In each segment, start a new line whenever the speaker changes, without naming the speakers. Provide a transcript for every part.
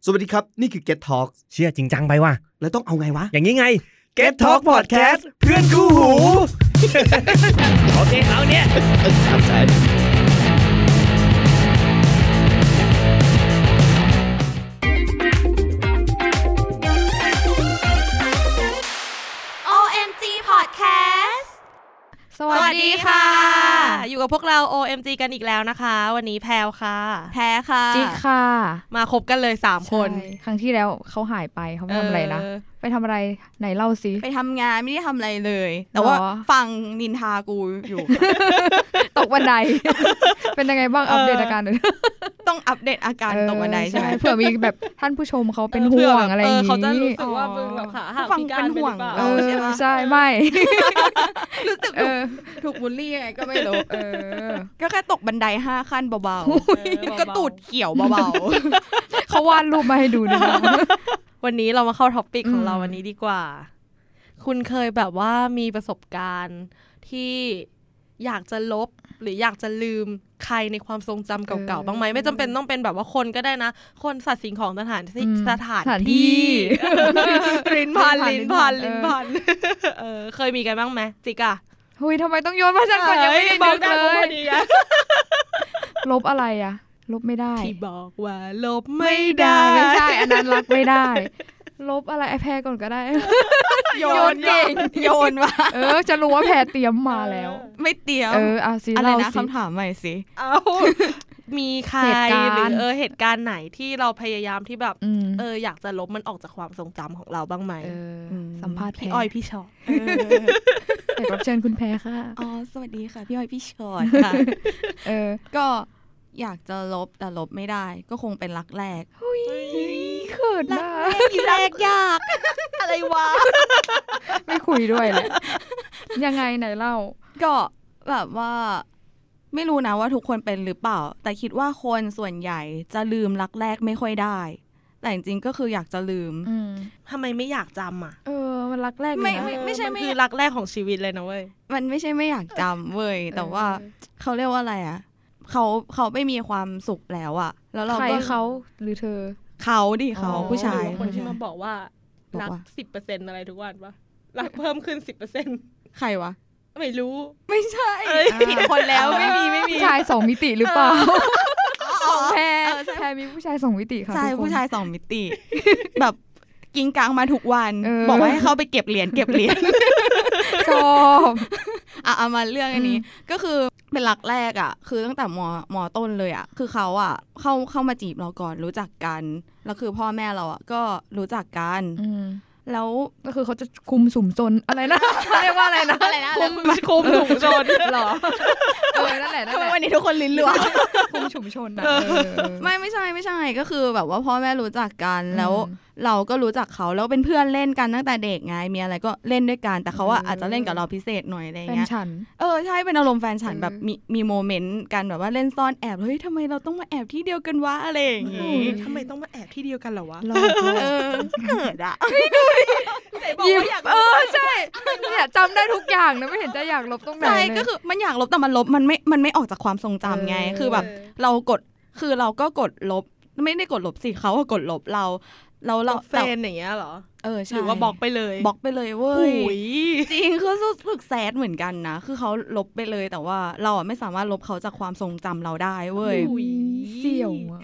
สวัสดีครับนี่คือ Get Talk
เชื่อจริงจังไปว่ะ
แล้วต้องเอาไงวะ
อย่างนี้ไง
Get Talk Podcast เพื่อนคู่หู
โอเคเอาเนี่ย
ครับใช่
สวัสดีค่ะอยู่กับพวกเรา OMG กันอีกแล้วนะคะวันนี้แพรวค่ะ
แพ้ค่ะ
จิ๊กค่ะมาครบกันเลย3คน
ครั้งที่แล้วเขาหายไปเขาไม่ทำอะไรนะไปทำอะไรไหนเล่าสิ
ไปทำงานไม่ได้ทำอะไรเลยแต่ว่าฟังนินทากูอยู่
ตกบันได เป็นยังไงบ้างอัปเดตอาการหน่อย
ต้องอัปเดตอาการตกบันไดใช่ไหม
เผื่อมีแบบท่านผู้ชมเขาเป็นห่วงอะไรอย่างนี้
เขาจะรู้สึกว่ามึงแบบขาหักพิการเป็นห่วง
ใช่ไม่
รู้สึกถูกบูลลี่ไงก็ไม่รู้ก็แค่ตกบันได5ขั้นเบาๆก็ตูดเขียวเบา
ๆเขาวาดรูปมาให้ดูนะ
วันนี้เรามาเข้าท็อปปิกของเราวันนี้ดีกว่าคุณเคยแบบว่ามีประสบการณ์ที่อยากจะลบหรืออยากจะลืมใครในความทรงจำเก่าๆบ้างไหมไม่จำเป็นต้องเป็นแบบว่าคนก็ได้นะคนสัตว์สิ่งของสถานที่ลิ้นพันเคยมีกันบ้างไหมจิกอะ
หุยทำไมต้องโยนมาฉันก่อนยังไม่ได้บอกเลยลบอะไรอะลบไม่ได้
ที่บอกว่าลบไม่ได้
ไม่ใช่อันนั้นรักไม่ได้ลบอะไรไอแพรก่อนก็ได้
โยนเก่งโยนว่ะ
จะรู้ว่าแพรเตรียมมาแล้ว
ไม่เตรียม
เอาสิ
อะไรนะคำถามใหม่สิมีใครหรือเหตุการณ์ไหนที่เราพยายามที่แบบอยากจะลบมันออกจากความทรงจำของเราบ้างไหม
สัมภาษณ์
พี่อ้อยพี่ชอต
แขกรับเชิญคุณแพรค่ะ
อ๋อสวัสดีค่ะพี่อ้อยพี่ชอตค่ะก็อยากจะลบแต่ลบไม่ได้ก็คงเป็นรักแรก
เขินนะ
แรกยากอะไรวะ
ไม่คุยด้วยเลยยังไงไหนเล่า
ก็แบบว่าไม่รู้นะว่าทุกคนเป็นหรือเปล่าแต่คิดว่าคนส่วนใหญ่จะลืมรักแรกไม่ค่อยได้แต่จริงๆก็คืออยากจะลืมทำไมไม่อยากจำอ่ะ
มันรักแรก
ไม่ใช่คือรักแรกของชีวิตเลยนะเว้ยมันไม่ใช่ไม่อยากจำเว้ยแต่ว่าเขาเรียกว่าอะไรอ่ะเขาไม่มีความสุขแล้วอ่ะแล้วเราก็
เขาหรือเธอ
เขาดิเขาผู้ชาย
คนที่มาบอกว่ารัก 10% อะไรทุกวันปะรักเพิ่มขึ้น 10%
ใครวะ
ไม่รู้
ไม่ใช่ผิดคนแล้วไม่มี
ผู้ชาย2มิติหรือเปล่าแพรมีผู้ชาย2มิติค่ะ
ใช่ผู้ชาย2มิติแบบกินกลางมาทุกวันบอกว่าให้เขาไปเก็บเหรียญ
ชอบ
เอามาเรื่องอันนี้ก็คือเป็นรักแรกอ่ะคือตั้งแต่ม.ต้นเลยอ่ะคือเขาอ่ะเข้ามาจีบเราก่อนรู้จักกันแล้วคือพ่อแม่เราอ่ะก็รู้จักกันแล้ว
ก็คือเขาจะคุมสุ่มซนอะไรนะเรียกว่าอะไรนะ
คุมสุ่มซน
หรอนั่นแหละ
วันนี้ทุกคนลิ้นรัว
คุมสุ่มชนนะ
ไม่ใช่ก็คือแบบว่าพ่อแม่รู้จักกันแล้วเราก็รู้จักเขาแล้วเป็นเพื่อนเล่นกันตั้งแต่เด็กไงมีอะไรก็เล่นด้วยกันแต่เขาอาจจะเล่นกับเราพิเศษหน่อยอะไรเงี้ย
แฟนฉัน
ใช่เป็นอารมณ์แฟนฉันแบบมีโมเมนต์กันแบบว่าเล่นซ่อนแอบเฮ้ยทำไมเราต้องมาแอบที่เดียวกันวะอะไรอย่างงี้
ทำไมต้องมาแอบที่เดียวกันเหรอวะ
เกิดอะ
ยิ้มใช่เนี่ยจำได้ทุกอย่างนะไม่เห็นจะอยากลบตรงไหน
ใช่ก็คือมันอยากลบแต่มันลบมันไม่ออกจากความทรงจำไงคือแบบเราก็กดลบไม่ได้กดลบสิเขาก็กดลบเรา
เฟนอย่างเงี้ยเหรอ
ใช่
หรือว่าบล็อกไปเลย
เว้ยจริงคือรู้สึกแซดเหมือนกันนะคือเขาลบไปเลยแต่ว่าเราอ่ะไม่สามารถลบเขาจากความทรงจำเราได้เว้ย
เสี่ยวอ่ะ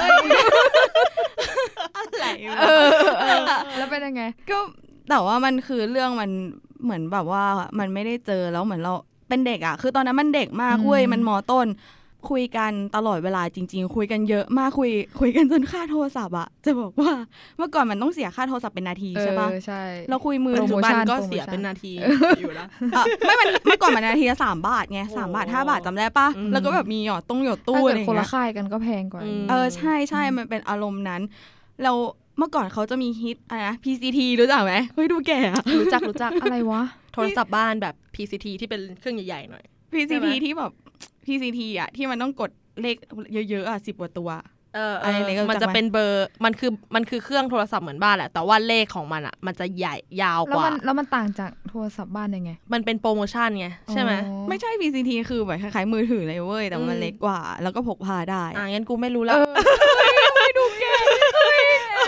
อะไร
แล้วเป็นยังไง
ก็แต่ว่ามันคือเรื่องมันเหมือนแบบว่ามันไม่ได้เจอแล้วเหมือนเราเป็นเด็กอ่ะคือตอนนั้นมันเด็กมากเว้ยมันม.ต้นคุยกันตลอดเวลาจริงๆคุยกันเยอะมากคุยกันจนค่าโทรศัพท์อะจะบอกว่าเมื่อก่อนมันต้องเสียค่าโทรศัพท์เป็นนาทีใช่ปะ
ใช่
เราคุยมือ
ปัจจุบันก็เสียเป็นนาทีอยู่แล้ว
ไม่มันเมื่อก่อนมันนาทีละ3 บาทไง3 บาท5 บาทจำได้ปะแล้วก็แบบมีหยอดตู้อะไรอย่างเงี้ย
คนละค่ายกันก็แพงกว่า
ใช่มันเป็นอารมณ์นั้นเราเมื่อก่อนเขาจะมีฮิตอะไรนะ PCT รู้จักไหมเฮ้ยดูแก่
รู้จักอะไรวะ
โทรศัพท์บ้านแบบ PCT ที่เป็นเครื่องใหญ่ๆหน่อย
PCT ที่แบบ PCT อ่ะที่มันต้องกดเลขเยอะๆอ่ะ10 กว่าตัว
มันจะเป็นเบอร์มันคือเครื่องโทรศัพท์เหมือนบ้านแหละแต่ว่าเลขของมันอ่ะมันจะใหญ่ยาวกว่า
แล้วมันต่างจากโทรศัพท์บ้านยังไง
มันเป็นโปรโมชั่นไงใช่ไหม
ไม่ใช่ PCT คือแบบคล้ายๆมือถือเลยเว้ยแต่มันเล็กกว่าแล้วก็พกพาได้
งั้นกูไม่รู้แล้ว
ไม่ดูแก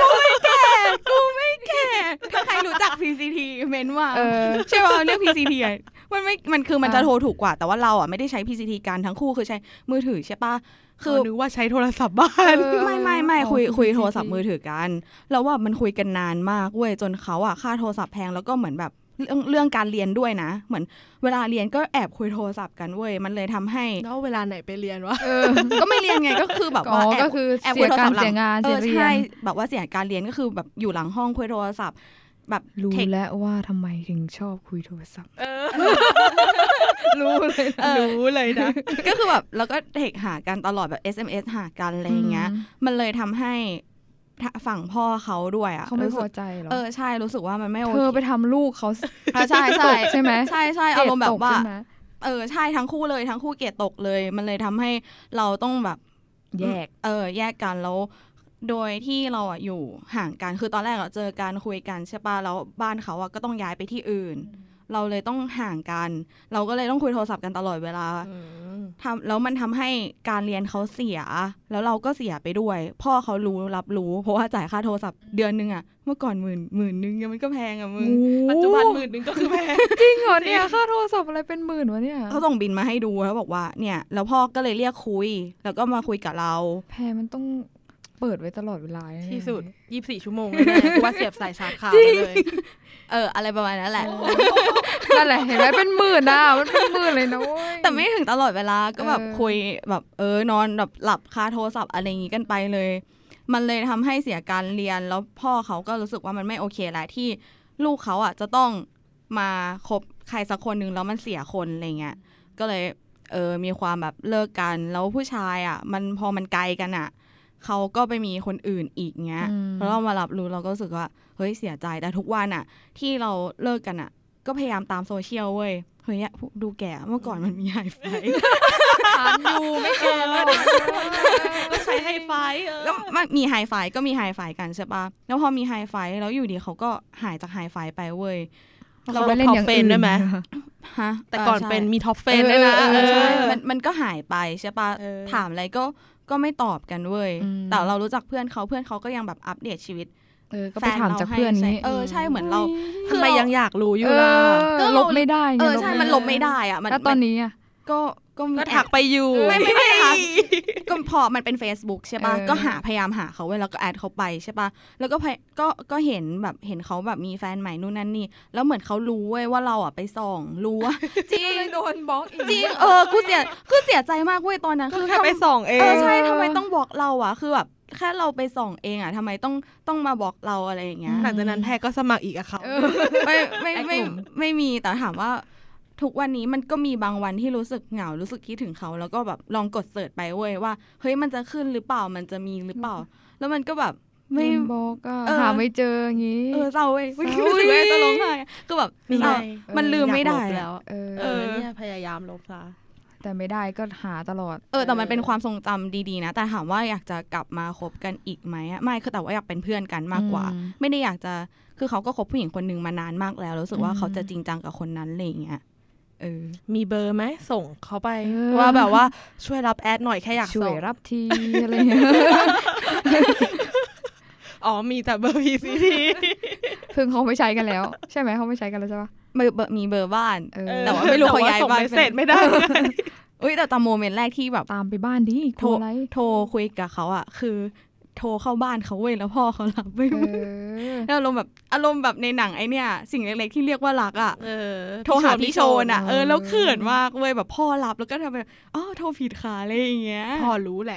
นว่าใช่ป่ะเรียก PCT อ่ะมันคือมันจะโทรถูกกว่าแต่ว่าเราอ่ะไม่ได้ใช้ PCT กันทั้งคู่คือใช้มือถือใช่ป่ะคือ
นึกว่าใช้โทรศัพท์บ้าน
ไม่คุยโทรศัพท์มือถือกันแล้วว่ามันคุยกันนานมากเว้ยจนเขาอ่ะค่าโทรศัพท์แพงแล้วก็เหมือนแบบเรื่องการเรียนด้วยนะเหมือนเวลาเรียนก็แอบคุยโทรศัพท์กันเว้ยมันเลยทำให้
แล้วเวลาไหนไปเรียนวะ
ก็ไม่เรียนไงก็คือแบบว่า
ก็คือเสียการเสียงาน
ใช่แบบว่าเสียการเรียนก็คือแบบอยู่หลังห้องคุยโทรศัพท์แบบ
รู้แล้วว่าทำไมถึงชอบคุยโทรศัพท์รู้เลยนะ
ก็คือแบบแล้วก็เทคหากันตลอดแบบ SMS หากันอะไรอย่างเงี้ยมันเลยทำให้ฝั่งพ่อเขาด้วยอ่ะ
เขาไม่พอใจหรอ
ใช่รู้สึกว่ามันไม่โอเค
เธอไปทำลูกเขา
ใช่
ใช่ไหม
ใช่อารมณ์แบบว่าใช่ทั้งคู่เลยทั้งคู่เกรดตกเลยมันเลยทำให้เราต้องแบบแยกกันแล้วโดยที่เราอ่ะอยู่ห่างกันคือตอนแรกเราเจอการคุยกันใช่ป่ะแล้วบ้านเขาอ่ะก็ต้องย้ายไปที่อื่นเราเลยต้องห่างกันเราก็เลยต้องคุยโทรศัพท์กันตลอดเวลาแล้วมันทำให้การเรียนเขาเสียแล้วเราก็เสียไปด้วยพ่อเขารับรู้เพราะว่าจ่ายค่าโทรศัพท์เดือนนึงอ่ะเมื่อก่อน10,000 นึงมันก็แพงอ่ะมึงปัจจุบัน10,000 นึงก็คือแพง
จริงเหรอเนี่ยค่าโทรศัพท์อะไรเป็น10,000วะเนี่ย
เขาส่งบินมาให้ดูแล้วบอกว่าเนี่ยแล้วพ่อก็เลยเรียกคุยแล้วก็มาคุยกับเรา
แพงมันต้องเปิดไว้ตลอดเวลา
ที่สุด24 ชั่วโมงเลยนะกูว่าเสียบสายชาร์จคาเลย
อะไรประมาณนั้นแหละ
นั่นแหละเห็นไหมเป็น10,000นะมันเป็น10,000เลยนะเว้ย
แต่ไม่ถึงตลอดเวลาก็แบบคุยแบบนอนแบบหลับคาโทรศัพท์อะไรอย่างงี้กันไปเลยมันเลยทำให้เสียการเรียนแล้วพ่อเขาก็รู้สึกว่ามันไม่โอเคแหละที่ลูกเขาอ่ะจะต้องมาคบใครสักคนนึงแล้วมันเสียคนอะไรเงี้ยก็เลยมีความแบบเลิกกันแล้วผู้ชายอ่ะมันพอมันไกลกันอ่ะเขาก็ไปมีคนอื่นอีกเงี้ยแล้วเรามารับรู้เราก็รู้สึกว่าเฮ้ยเสียใจแต่ทุกวันอ่ะที่เราเลิกกันอ่ะก็พยายามตามโซเชียลเว้ยเฮ้ยดูแก่เมื่อก่อนมันมีไฮไฟ
ถามอยู่ไม่แก่
ก็ใช้ไฮไฟ
ก็มีไฮไฟก็มีไฮไฟกันใช่ปะแล้วพอมีไฮไฟแล้วอยู่ดีเขาก็หายจากไฮไฟไปเว้ย
เราลบท็อปเฟนได้ไหมแต่ก่อนเป็นมีท็อปเฟนด้วยนะ
ใช่มันก็หายไปใช่ปะถามอะไรก็ไม่ตอบกันเว้ยแต่เรารู้จักเพื่อนเขาก็ยังแบบอัปเดตชีวิต
ก็ไปถามจากเพื่อนนี้
ใช่เหมือนเรา
ทำไมยังอยากรู้อยู่ล่ะ
ก็ลบไม่ได้
ใช่มันลบไม่ได้อ่ะ
แล้วตอนนี้อ่ะ
ก็
ถักไปอยู่
ไม่ค่ะก็พอมันเป็น Facebook ใช่ป่ะก็พยายามหาเขาไว้แล้วก็แอดเขาไปใช่ป่ะแล้วก็เห็นแบบเห็นเขาแบบมีแฟนใหม่นู่นนั่นนี่แล้วเหมือนเขารู้เว้ยว่าเราอ่ะไปส่องรู้ว่า
จริงโดนบล็อก
จริงกูเสียใจมากเว้ยตอนนั้น
คือแค่ไปส่องเอง
ใช่ทำไมต้องบล็อกเราอ่ะคือแบบแค่เราไปส่องเองอ่ะทำไมต้องมาบอกเราอะไรอย่างเงี้ย
หลังจากนั้นแพรก็สมัครอีกอะเขา
ไม่มีแต่ถามว่าทุกวันนี้มันก็มีบางวันที่รู้สึกเหงารู้สึกคิดถึงเขาแล้วก็แบบลองกดเสิร์ชไปเว้ยว่าเฮ้ยมันจะขึ้นหรือเปล่ามันจะมีหรือเปล่าแล้วมันก็แบบ
ไม่บอกหาไม่เจออย่างงี้
เศร้าเว้ยรู้สึกว่าจะร้องไห้คือแบบมันลืมไม่ได้
แล้วเนี่ยพยายามลบซะ
แต่ไม่ได้ก็หาตลอด
แต่มันเป็นความทรงจำดีๆนะแต่ถามว่าอยากจะกลับมาคบกันอีกไหมไม่คือแต่ว่าอยากเป็นเพื่อนกันมากกว่าไม่ได้อยากจะคือเขาก็คบผู้หญิงคนนึงมานานมากแล้วรู้สึกว่าเขาจะจริงจังกับคนนั้นอะไรอย่างเงี้ย
มีเบอร์ไหมส่งเขาไปว่าแบบว่าช่วยรับแอดหน่อยแค่อยาก
ช่วยรับทีอะไรเงี้ย
มีแต่เบอร์ PCT
เพิ่งเขาไม่ใช้กันแล้วใช่ไหมเขาไม่ใช้กันแล้วใช่ปะ
มีเบอร์บ้านแต่ว่าไม่รู้เขาย้ายบ้าน
เสร็จไม่ได้
แต่ตอนโมเมนต์แรกที่แบบ
ตามไปบ้านดิ
โทรคุยกับเขาอ่ะคือโทรเข้าบ้านเขาเว้ยแล้วพ่อเขารับไม่แล้วอารมณ์แบบในหนังไอเนี่ยสิ่งเล็กๆที่เรียกว่ารักอ่ะโทรหาพี่โชนอ่ะแล้วเขินมากเว้ยแบบพ่อรับแล้วก็ทำแบบโทรผิดขาอะไรอย่างเงี้ย
พ่อรู้แหละ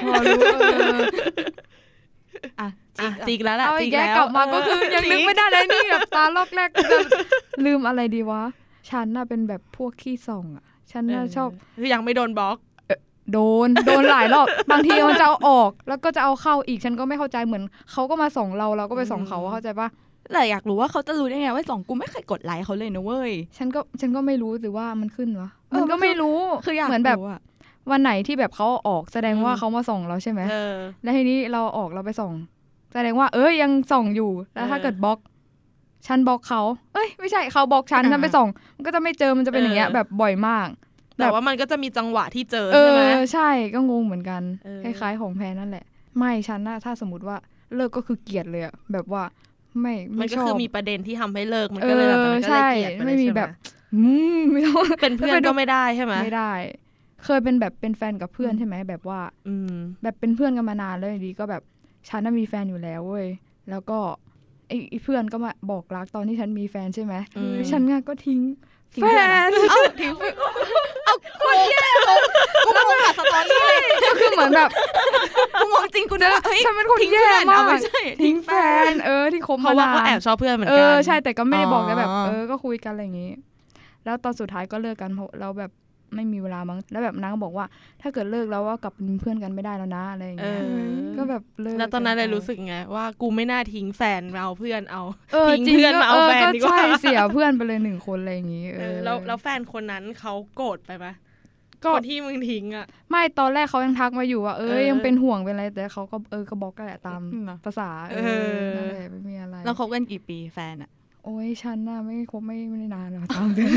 จิกแล้วแหละจิกแล้วกลับมาก็คือยังนึกไม่ได้เลยนี่แบบตาลอกแรกจะลืมอะไรดีวะฉันน่ะเป็นแบบพวกขี้ส่องอ่ะฉันน่ะชอบ
คือยังไม่โดนบล็อก
โดนหลายรอบบางทีมันจะเอาออกแล้วก็จะเอาเข้าอีกฉันก็ไม่เข้าใจเหมือนเขาก็มาส่องเราก็ไปส่องเขาเข้าใจปะ
แต่อยากรู้ว่าเขาจะรู้ได้ไงว่าส่องกูไม่เคยกดไลค์เขาเลยนะเว้ย
ฉันก็ไม่รู้หรือว่ามันขึ้นวะมันก็ไม่รู้คือเหมือนแบบวันไหนที่แบบเขาออกแสดงว่าเขามาส่องเราใช่ไหมแล้วทีนี้เราออกเราไปส่องแสดงว่ายังส่องอยู่แล้วถ้าเกิดบล็อกฉันบล็อกเขาไม่ใช่เขาบล็อกฉันไปส่องมันก็จะไม่เจอมันจะเป็นอย่างเงี้ยแบบบ่อยมาก
แต่ว่ามันก็จะมีจังหวะที่เจอใช่ไหม
ใช่ก็งงเหมือนกันคล้ายๆของแพรนั่นแหละไม่ฉันน่ะถ้าสมมติว่าเลิกก็คือเกลียดเลยอะแบบว่า
มันก็คือมีประเด็นที่ทำให้เลิกมันก็เลยแบบมันก็เลยเกลียดไปเลย
ไม่มีแบบไม่ต้อง
เป็นเพื่อนก็ไม่ได้ใช่ไหม
ไม่ได้เคยเป็นแบบเป็นแฟนกับเพื่อนใช่ไหมแบบว่าแบบเป็นเพื่อนกันมานานแล้วดีก็แบบฉันน่ะมีแฟนอยู่แล้วเว้ยแล้วก็ไอ้เพื่อนก็มาบอกรักตอนที่ฉันมีแฟนใช่ไหมฉันก็ทิ้งแฟน
ทิ้งคนแย่กูมองแบบสตอรี่เลย
ก็คือเหมือนแบบ
กูมองจริงกูนะ
ฉันเป็นคนแย่มากทิ้งแฟนที่คบมานาน
เพราะว่าก็แอบชอบเพื่อนเหมือนกัน
ใช่แต่ก็ไม่ได้บอกแต่แบบก็คุยกันอะไรอย่างงี้แล้วตอนสุดท้ายก็เลิกกันเพราะเราแบบไม่มีเวลามั้งแล้วแบบนางก็บอกว่าถ้าเกิดเลิกแล้วว่ากลับเป็นเพื่อนกันไม่ได้แล้วนะอะไรอย่างเงี้ยก็แบบเลิก
แล้วตอนนั้นเลยรู้สึกไงว่ากูไม่น่าทิ้งแฟนมาเอาเพื่อนเอาทิ้งเพื่อนมาเอาแฟนดีกว่า
ใช่เสียเพื่อนไปเลย1คนอะไรอย่างงี้
แล้วแฟนคนนั้นเขาโกรธไปมั้ยคนที่มึงทิ้งอ่ะ
ไม่ตอนแรกเขายังทักมาอยู่ว่ายังเป็นห่วงเป็นอะไรแต่เขาก็ก็บล็อกกันแหละตามภาษานั่นแหละไม่มีอะไร
แล้วคบกันกี่ปีแฟนอ่ะ
โอ้ยฉันน่ะไม่คบไม่ได้นานหรอก3 เดือน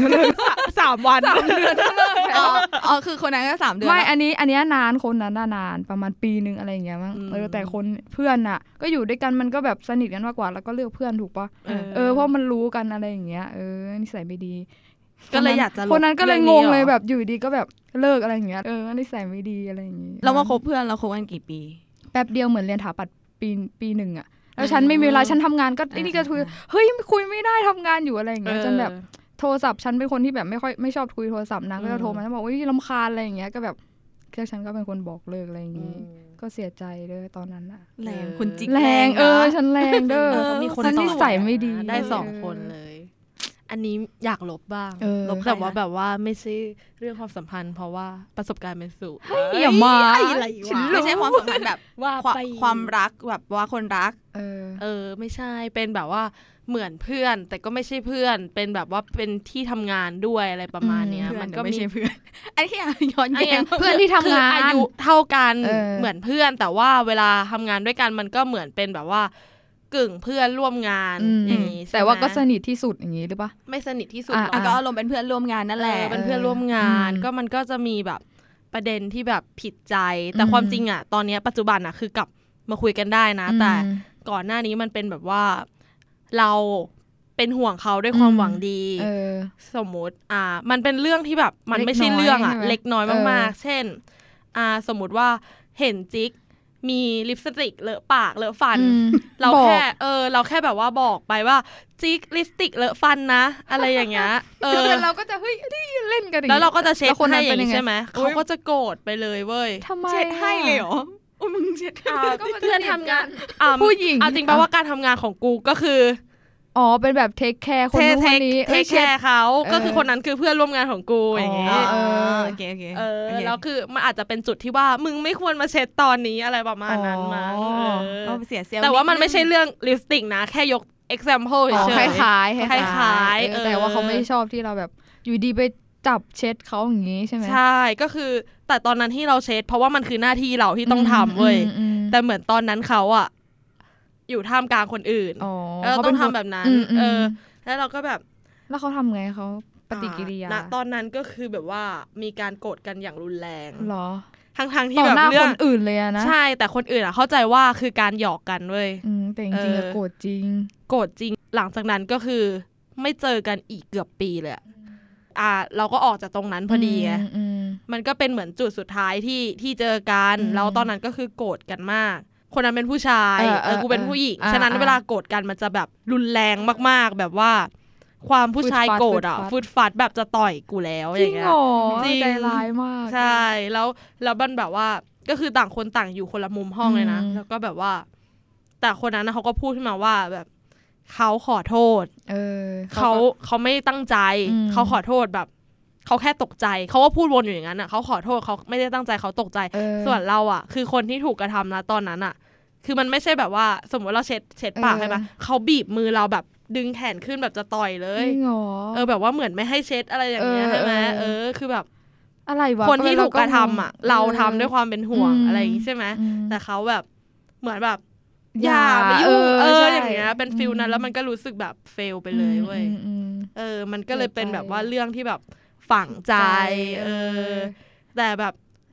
3 วัน
3 เดือน
อ๋อคือคนนั้นก็3 เดือน
ไม่อันนี้นานคนนั้นนานประมาณปีนึงอะไรอย่างเงี้ยมั้งแต่คนเพื่อนน่ะก็อยู่ด้วยกันมันก็แบบสนิทกันมากกว่าแล้วก็เลือกเพื่อนถูกปะเพราะมันรู้กันอะไรอย่างเงี้ยนิสัยไม่ดี
ก็เลยอยากจะ
คนนั้นก็เลยงงเลยแบบอยู่ดีก็แบบเลิกอะไรอย่างเงี้ยนิสัยไม่ดีอะไรอย่างงี้
เรามาคบเพื่อนเราคบกันกี่ปี
แป๊บเดียวเหมือนเรียนถาปัตย์ปี1อ่ะแล้วฉันไม่มีเวลาฉันทำงานก็นี่ก็คุยเฮ้ยคุยไม่ได้ทำงานอยู่อะไรอย่างเงี้ยจนแบบโทรศัพท์ฉันเป็นคนที่แบบไม่ชอบคุยโทรศัพท์นะก็จะโทรมาแล้วบอกว่ารำคาญอะไรอย่างเงี้ยก็แบบแค่ฉันก็เป็นคนบอกเลิกอะไรอย่างงี้ก็เสียใจด้วยตอนนั้นน่ะ
แรงคุณจิก
แรงฉันแรงเด้อฉันนิสัยไม่ดี
ได้2 คนเลยอันนี้อยากลบบ้างลบแต่ว่าแบบว่าไม่ใช่เรื่องความสัมพันธ์เพราะว่าประสบการณ์เป็นสูตร
อย่ามา
ไม่ใช่ความสัมพันธ์แบบความรักแบบว่าคนรัก
ไม่ใช่เป็นแบบว่าเหมือนเพื่อนแต่ก็ไม่ใช่เพื่อนเป็นแบบว่าเป็นที่ทำงานด้วยอะไรประมาณเนี้ย
มันก็ไม่ใช่เพื่อนไอ้ที่ย้อนแย้ง
เพื่อนที่ทำงาน
อายุเท่ากันเหมือนเพื่อนแต่ว่าเวลาทำงานด้วยกันมันก็เหมือนเป็นแบบว่ากึ่งเพื่อนร่วมงานอย่างนี้
แต่ว่าก็สนิทที่สุดอย่างนี้หรือปะ
ไม่สนิทที่สุด
ก็อารมณ์เป็นเพื่อนร่วมงานนั่นแหละ
เป็นเพื่อนร่วมงานก็มันก็จะมีแบบประเด็นที่แบบผิดใจแต่ความจริงอ่ะตอนนี้ปัจจุบันอ่ะคือกลับมาคุยกันได้นะแต่ก่อนหน้านี้มันเป็นแบบว่าเราเป็นห่วงเขาด้วยความหวังดีสมมุติมันเป็นเรื่องที่แบบมันไม่ใช่เรื่องอ่ะเล็กน้อยมากๆเช่นสมมุติว่าเห็นจิ๊กมีลิปสติกเลอะปากเลอะฟันเราแค่แบบว่าบอกไปว่าจิ๊กลิปสติกเลอะฟันนะอะไรอย่างเงี้ย
เราก็จะเฮ้ยเล่นกัน
แล้วเราก็จะเช็ดให้อย่างงี้ใช่ไหมเขาก็จะโกรธไปเลยเว้ย
เช็ดให้เลยเหรอมึงเช็ด
เพื่อนทำงาน
ผู้หญิง
จริงป่ะว่าการทำงานของกูก็คือ
เป็นแบบเทคแคร์คนนู้นคนนี้
เทคแคร์เขาก็คือคนนั้นคือเพื่อนร่วมงานของกูอย่างเงี้ย
โอเค
แล้วคือมันอาจจะเป็นจุดที่ว่ามึงไม่ควรมาเช็ดตอนนี้อะไรประมาณนั้นมั้ง
เสียเซลล์
แต่ว่ามันไม่ใช่เรื่องลิปสติกนะแค่ยก example เฉย
ๆคล้ายแต่ว่าเขาไม่ชอบที่เราแบบอยู่ดีไปจับเช็ดเขาอย่างงี้ใช่ไหม
ใช่ก็คือแต่ตอนนั้นที่เราเช็ดเพราะว่ามันคือหน้าที่เราที่ต้องทำเว้ยแต่เหมือนตอนนั้นเขาอะอยู่ท่ามกลางคนอื่นแล้วต้องทำแบบนั้นแล้วเราก็แบบ
แล้วเขาทำไงเขาปฏิกิริยา
ตอนนั้นก็คือแบบว่ามีการโกรธกันอย่างรุนแรง
หรอ
ทั้งที่แบบ
เรื่องคนอื่นเลยนะ
ใช่แต่คนอื่นเข้าใจว่าคือการหยอกกันเว้ย
แต่จริงๆโกรธจริง
หลังจากนั้นก็คือไม่เจอกันอีกเกือบปีเลยเราก็ออกจากตรงนั้นพอดีไงมันก็เป็นเหมือนจุดสุดท้ายที่เจอกันแล้วตอนนั้นก็คือโกรธกันมากคนนั้นเป็นผู้ชายกูเป็นผู้หญิงฉะนั้นเวลาโกรธกันมันจะแบบรุนแรงมากๆแบบว่าความผู้ชายโกรธฟึดฟัดแบบจะต่อยกูแล้วอย่างเงี้ย
จริงใจร้ายมาก
ใช่แล้วมันแบบว่าก็คือต่างคนต่างอยู่คนละมุมห้องเลยนะแล้วก็แบบว่าแต่คนนั้นเขาก็พูดขึ้นมาว่าแบบเขาขอโทษเขาไม่ตั้งใจเขาขอโทษแบบเขาแค่ตกใจเขาก็พูดวนอยู่อย่างนั้นเขาขอโทษเขาไม่ได้ตั้งใจเขาตกใจส่วนเราคือคนที่ถูกกระทำนะตอนนั้นคือมันไม่ใช่แบบว่าสมมติเราเช็ดปากใช่ไหมเขาบีบมือเราแบบดึงแขนขึ้นแบบจะต่อยเลยแบบว่าเหมือนไม่ให้เช็ดอะไรอย่างเงี้ยใช่ไหมคือแบบ
อะไรวะ
คนที่ถูกกระทำเราทำด้วยความเป็นห่วงอะไรอย่างงี้ใช่ไหมแต่เขาแบบเหมือนแบบอย่าไม่ยุ่งอย่างเงี้ยเป็นฟิลนั้นแล้วมันก็รู้สึกแบบเฟลไปเลยเว้ยมันก็เลยเป็นแบบว่าเรื่องที่แบบฝังใจแต่แบบ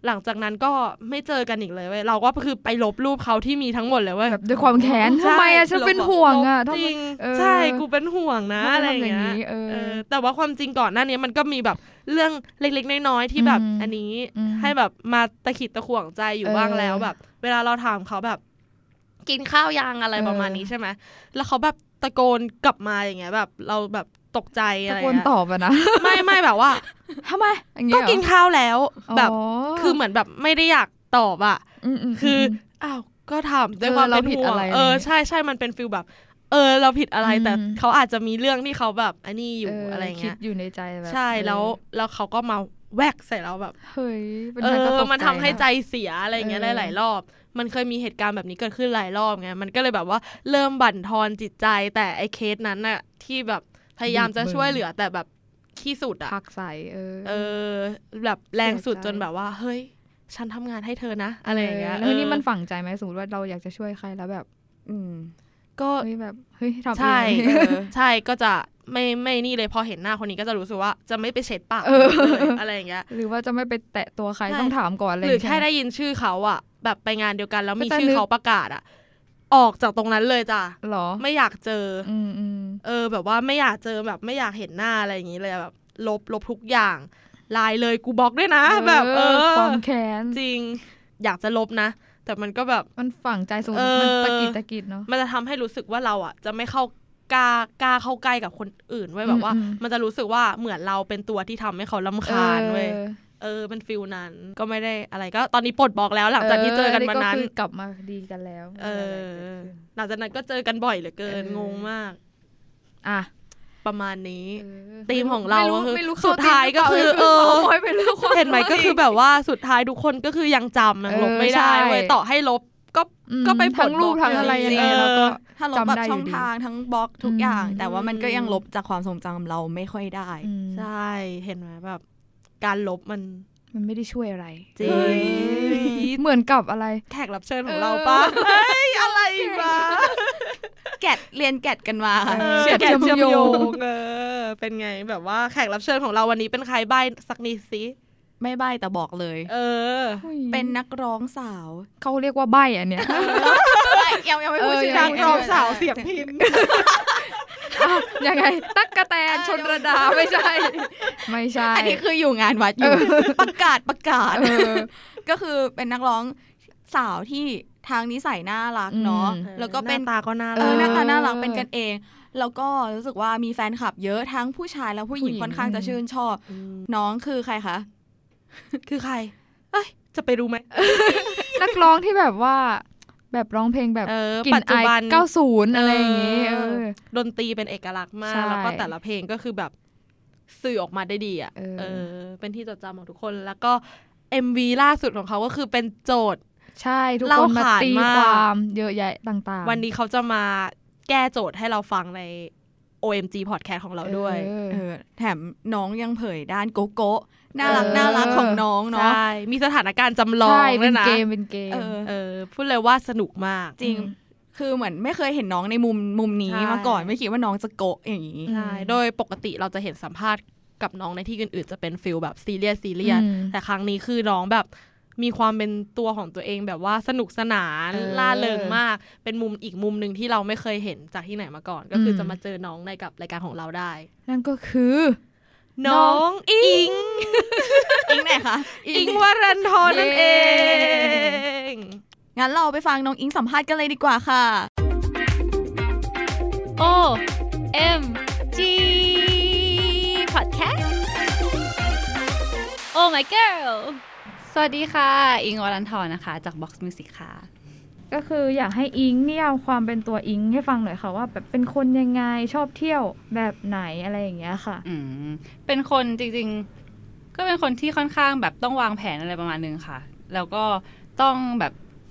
หลังจากนั้นก็ไม่เจอกันอีกเลยเว้ยเราก็คือไปลบรูปเขาที่มีทั้งหมดเลยเว้ย
แบบด้วยความแค้นทำไมอะฉันเป็นห่วงอะ
จริงใช่กูเป็นห่วงนะอะไรอย่างเงี้ยแต่ว่าความจริงก่อนหน้านี้มันก็มีแบบเรื่องเล็กๆน้อยๆที่แบบอันนี้ให้แบบมาตะขิดตะขวงใจอยู่บ้างแล้วแบบเวลาเราถามเขาแบบกินข้าวยังอะไรประมาณนี้ใช่ไหมแล้วเขาแบบตะโกนกลับมาอย่างเงี้ยแบบเราแบบตกใจอะไรตะโก
นตอบอะนะ
ไม่แบบว่า
ทำไม
ก็กินข้าวแล้วแบบคือเหมือนแบบไม่ได้อยากตอบอะคืออ้าวก็ถามด้วยความเป็นห่วงใช่มันเป็นฟีลแบบเราผิดอะไรแต่เขาอาจจะมีเรื่องที่เขาแบบอันนี้อยู่อะไรเงี้ย
คิดอยู่ในใจแบบ
ใช่แล้วเขาก็มาแวกใส่เราแบบ
เฮ้ย
มันทำให้ใจเสียอะไรเงี้ยหลายๆรอบมันเคยมีเหตุการณ์แบบนี้เกิดขึ้นหลายรอบไงมันก็เลยแบบว่าเริ่มบั่นทอนจิตใจแต่ไอ้เคสนั้นน่ะที่แบบพยายามจะช่วยเหลือแต่แบบที่สุดอะ
พักใส่
แบบแรงสุดจนแบบว่าเฮ้ยฉันทำงานให้เธอนะอะไรอย่างเงี้ย
แล้วนี่มันฝังใจไหมสมมติว่าเราอยากจะช่วยใครแล้วแบบ
ก็
แบบเฮ้ยทำเอง
ใช่ใช่ก็จะไม่นี่เลยพอเห็นหน้าคนนี้ก็จะรู้สึกว่าจะไม่ไปเช็ดปากอะไรอย่างเงี้ย
หรือว่าจะไม่ไปแตะตัวใครต้องถามก่อนเลย
หรือแค่ได้ยินชื่อเขาอะแบบไปงานเดียวกันแล้วมีชื่อเขาประกาศอะออกจากตรงนั้นเลยจ้ะ
หรอ
ไม่อยากเจอแบบว่าไม่อยากเจอแบบไม่อยากเห็นหน้าอะไรอย่างงี้เลยแบบลบทุกอย่างไลน์เลยกูบล็อกด้วยนะแบบ
ความแค้น
จริงอยากจะลบนะแต่มันก็แบบ
มันฝังใจสูงมันตะกิดเนาะ
มันจะทำให้รู้สึกว่าเราอ่ะจะไม่กล้าเข้าใกล้กับคนอื่นเว้ยแบบว่ามันจะรู้สึกว่าเหมือนเราเป็นตัวที่ทำให้เขารำคาญเว้ยเป็นฟิลนั้นก็ไม่ได้อะไรก็ตอนนี้ปลดบล็อกแล้วหลังจากที่เจอกันมานั้น
กลับมาดีกันแล้ว
หลังจากนั้นก็เจอกันบ่อยเหลือเกินงงมาก
อ่ะ
ประมาณนี้ธีมของเราคือสุดท้ายก็คือเห็นไหมก็คือแบบว่าสุดท้ายทุกคนก็คือยังจำยังลบไม่ได้เว้ยต่อให้ลบก็ไป
ทั้งรูปทั้งอะไรอย่างเงี้ยแล้วก็
ถ้าลบแบบช่องทางทั้งบล็อกทุกอย่างแต่ว่ามันก็ยังลบจากความทรงจำเราไม่ค่อยได้
ใช่เห็นไหมแบบการลบมัน
ไม่ได้ช่วยอะไร
จริง
เหมือนกับอะไร
แขกรับเชิญของเราป่ะอะไรวะ
เรียนแกดกันมา
แกดเชื่อมโยงเป็นไงแบบว่าแขกรับเชิญของเราวันนี้เป็นใครใบ้สักนิดสิ
ไม่ใบ้แต่บอกเลยเป็นนักร้องสาว
เขาเรียกว่าใบ้อันเนี้ย
ยังไม่พูดชื่อ
นักร้องสาวเสียงพิน
ยังไงตั๊กแตนชลระดาไม่ใช่
อันนี้คืออยู่งานวัดอยู่ประกาศก็คือเป็นนักร้องสาวที่ทางนิสัยน่ารักเนาะแล้วก็เป็น
หน้าตาก็น่ารัก
หน้าตาน่ารักเป็นกันเองแล้วก็รู้สึกว่ามีแฟนคลับเยอะทั้งผู้ชายและผู้หญิงค่อนข้างจะชื่นชอบน้องคือใครคะ
คือใครจะไปรู้ไหม
นักร้องที่แบบว่าแบบร้องเพลงแบบกลิ่นอาย90อะไรอย่างงี้
ดนตรีเป็นเอกลักษณ์มากแล้วก็แต่ละเพลงก็คือแบบสื่อออกมาได้ดีอ่ะเป็นที่จดจำของทุกคนแล้วก็ MV ล่าสุดของเขาก็คือเป็นโจทย์
ใช่ทุกคนมาตีความเยอะแยะต่าง
ๆวันนี้เขาจะมาแก้โจทย์ให้เราฟังใน OMG podcast ของเราด้วย
แถมน้องยังเผยด้านโกโก้น่ารักของน้องเนาะ
ใช่มีสถานการณ์จำลองด้วยนะ
เป็นเกม
พูดเลยว่าสนุกมาก
จริงคือเหมือนไม่เคยเห็นน้องในมุมนี้มาก่อนไม่คิดว่าน้องจะโกะอย่างนี้
ใช่โดยปกติเราจะเห็นสัมภาษณ์กับน้องในที่อื่นๆจะเป็นฟิลแบบซีเรียสแต่ครั้งนี้คือน้องแบบมีความเป็นตัวของตัวเองแบบว่าสนุกสนานล่าเริงมากเป็นอีกมุมนึงที่เราไม่เคยเห็นจากที่ไหนมาก่อนก็คือจะมาเจอน้องในกับรายการของเราได้
นั่นก็คือ
น้องอิง
ไหนคะ
อิงวรันทรนั่นเอง
งั้นเราไปฟังน้องอิงสัมภาษณ์กันเลยดีกว่าค่ะ
OMG Podcast Oh my girl สวัสดีค่ะอิงวรันทรนะคะจาก Box Music ค่ะ
ก็คืออยากให้อิงเนี่ยเอาความเป็นตัวอิงให้ฟังหน่อยค่ะว่าแบบเป็นคนยังไงชอบเที่ยวแบบไหนอะไรอย่างเงี้ยค่ะ
เป็นคนจริงๆก็เป็นคนที่ค่อนข้างแบบต้องวางแผนอะไรประมาณนึงค่ะแล้วก็ต้องแบบ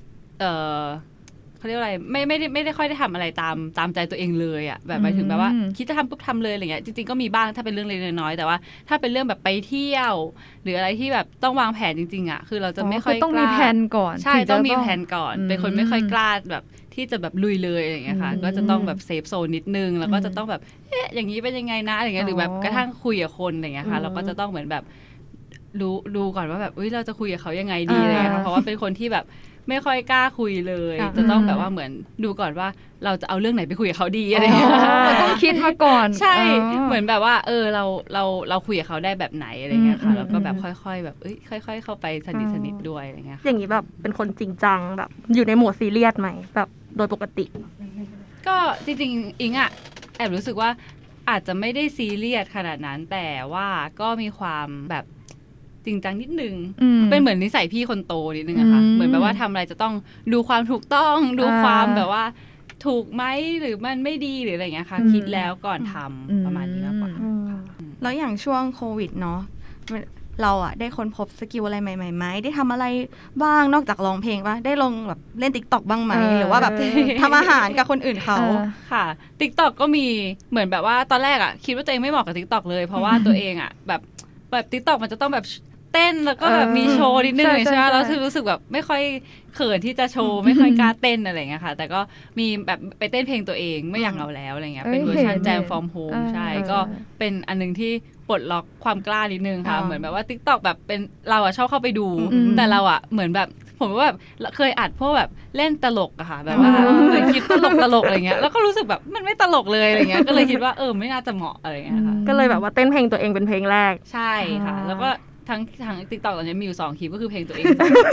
เขาเรียกอะไรไม่ได้ค่อยได้ทำอะไรตามใจตัวเองเลยอ่ะแบบหมายถึงแบบว่าคิดจะทำปุ๊บทำเลยอะไรเงี้ยจริงๆก็มีบ้างถ้าเป็นเรื่องเล็กน้อยแต่ว่าถ้าเป็นเรื่องแบบไปเที่ยวหรืออะไรที่แบบต้องวางแผนจริงๆอ่ะคือเราจะไม่ค่อยกล้า
ต้องมีแผนก่อน
ใช่ต้องมีแผนก่อนเป็นคนไม่ค่อยกล้าแบบที่จะแบบลุยเลยอะไรเงี้ยค่ะก็จะต้องแบบเซฟโซนนิดนึงแล้วก็จะต้องแบบอย่างนี้เป็นยังไงนะอะไรเงี้ยหรือแบบกระทั่งคุยกับคนอะไรเงี้ยค่ะเราก็จะต้องเหมือนแบบดูก่อนว่าแบบเราจะคุยกับเขายังไงดีอะไรเลยเพราะว่าเป็นคนที่แบบไม่ค่อยกล้าคุยเลยจะต้องแบบว่าเหมือนดูก่อนว่าเราจะเอาเรื่องไหนไปคุยกับเขาดีอะไรอย่างเงี้ย
ต้องคิดมาก่อน
ใช่เหมือนแบบว่าเราคุยกับเขาได้แบบไหนอะไรเงี้ยค่ะแล้วก็แบบค่อยๆแบบค่อยๆเข้าไปสนิทด้วยอะไรเงี้ย
อย่างนี้แบบเป็นคนจริงจังแบบอยู่ในโหมดซีเรียสไหมแบบโดยปกติ
ก็จริงๆอิงอ่ะแอบรู้สึกว่าอาจจะไม่ได้ซีเรียสขนาดนั้นแต่ว่าก็มีความแบบจริงจังนิดนึงเป็นเหมือนนิสัยพี่คนโตนิดนึงอะค่ะเหมือนแบบว่าทำอะไรจะต้องดูความถูกต้องดูความแบบว่าถูกไหมหรือมันไม่ดีหรืออะไรเงี้ยค่ะคิดแล้วก่อนทำประมาณนี้มากกว่า
แล้วอย่างช่วงโควิดเนาะเราอะได้ค้นพบสกิลอะไรใหม่ๆไหมได้ทำอะไรบ้างนอกจากร้องเพลงป่ะได้ลงแบบเล่น TikTok บ้างไหมหรือว่าแบบทำอาหารกับคนอื่นเขา
ค่ะ TikTok ก็มีเหมือนแบบว่าตอนแรกอะคิดว่าตัวเองไม่เหมาะกับ TikTok เลยเพราะว่าตัวเองอะแบบ TikTok มันจะต้องแบบเต้นแล้วก็แบบมีโชว์นิดนึงใช่ไหมแล้วรู้สึกแบบไม่ค่อยเขินที่จะโชว์ไม่ค่อยกล้าเต้นอะไรเงี้ยค่ะแต่ก็มีแบบไปเต้นเพลงตัวเองไม่อยากเอาแล้วอะไรเงี้ยเป็นเวอร์ชัน Jam from Home ใช่ก็เป็นอันนึงที่ปลดล็อกความกล้านิดนึงค่ะเหมือนแบบว่า TikTok แบบเป็นเราอะชอบเข้าไปดูแต่เราอะเหมือนแบบผมว่าแบบเคยอัดพวกแบบเล่นตลกอะค่ะแบบว่าเหมือนคลิปตลกอะไรเงี้ยแล้วก็รู้สึกแบบมันไม่ตลกเลยอะไรเงี้ยก็เลยคิดว่าไม่น่าจะเหมาะอะไรเงี้ยค่ะ
ก็เลยแบบว่าเต้นเพลงตัวเองเป็นเพลงแรก
ใช่ค่ะแล้วก็ทั้ง TikTok ตอนนี้มีอยู่2คลิปก็คือเพลงตัวเอง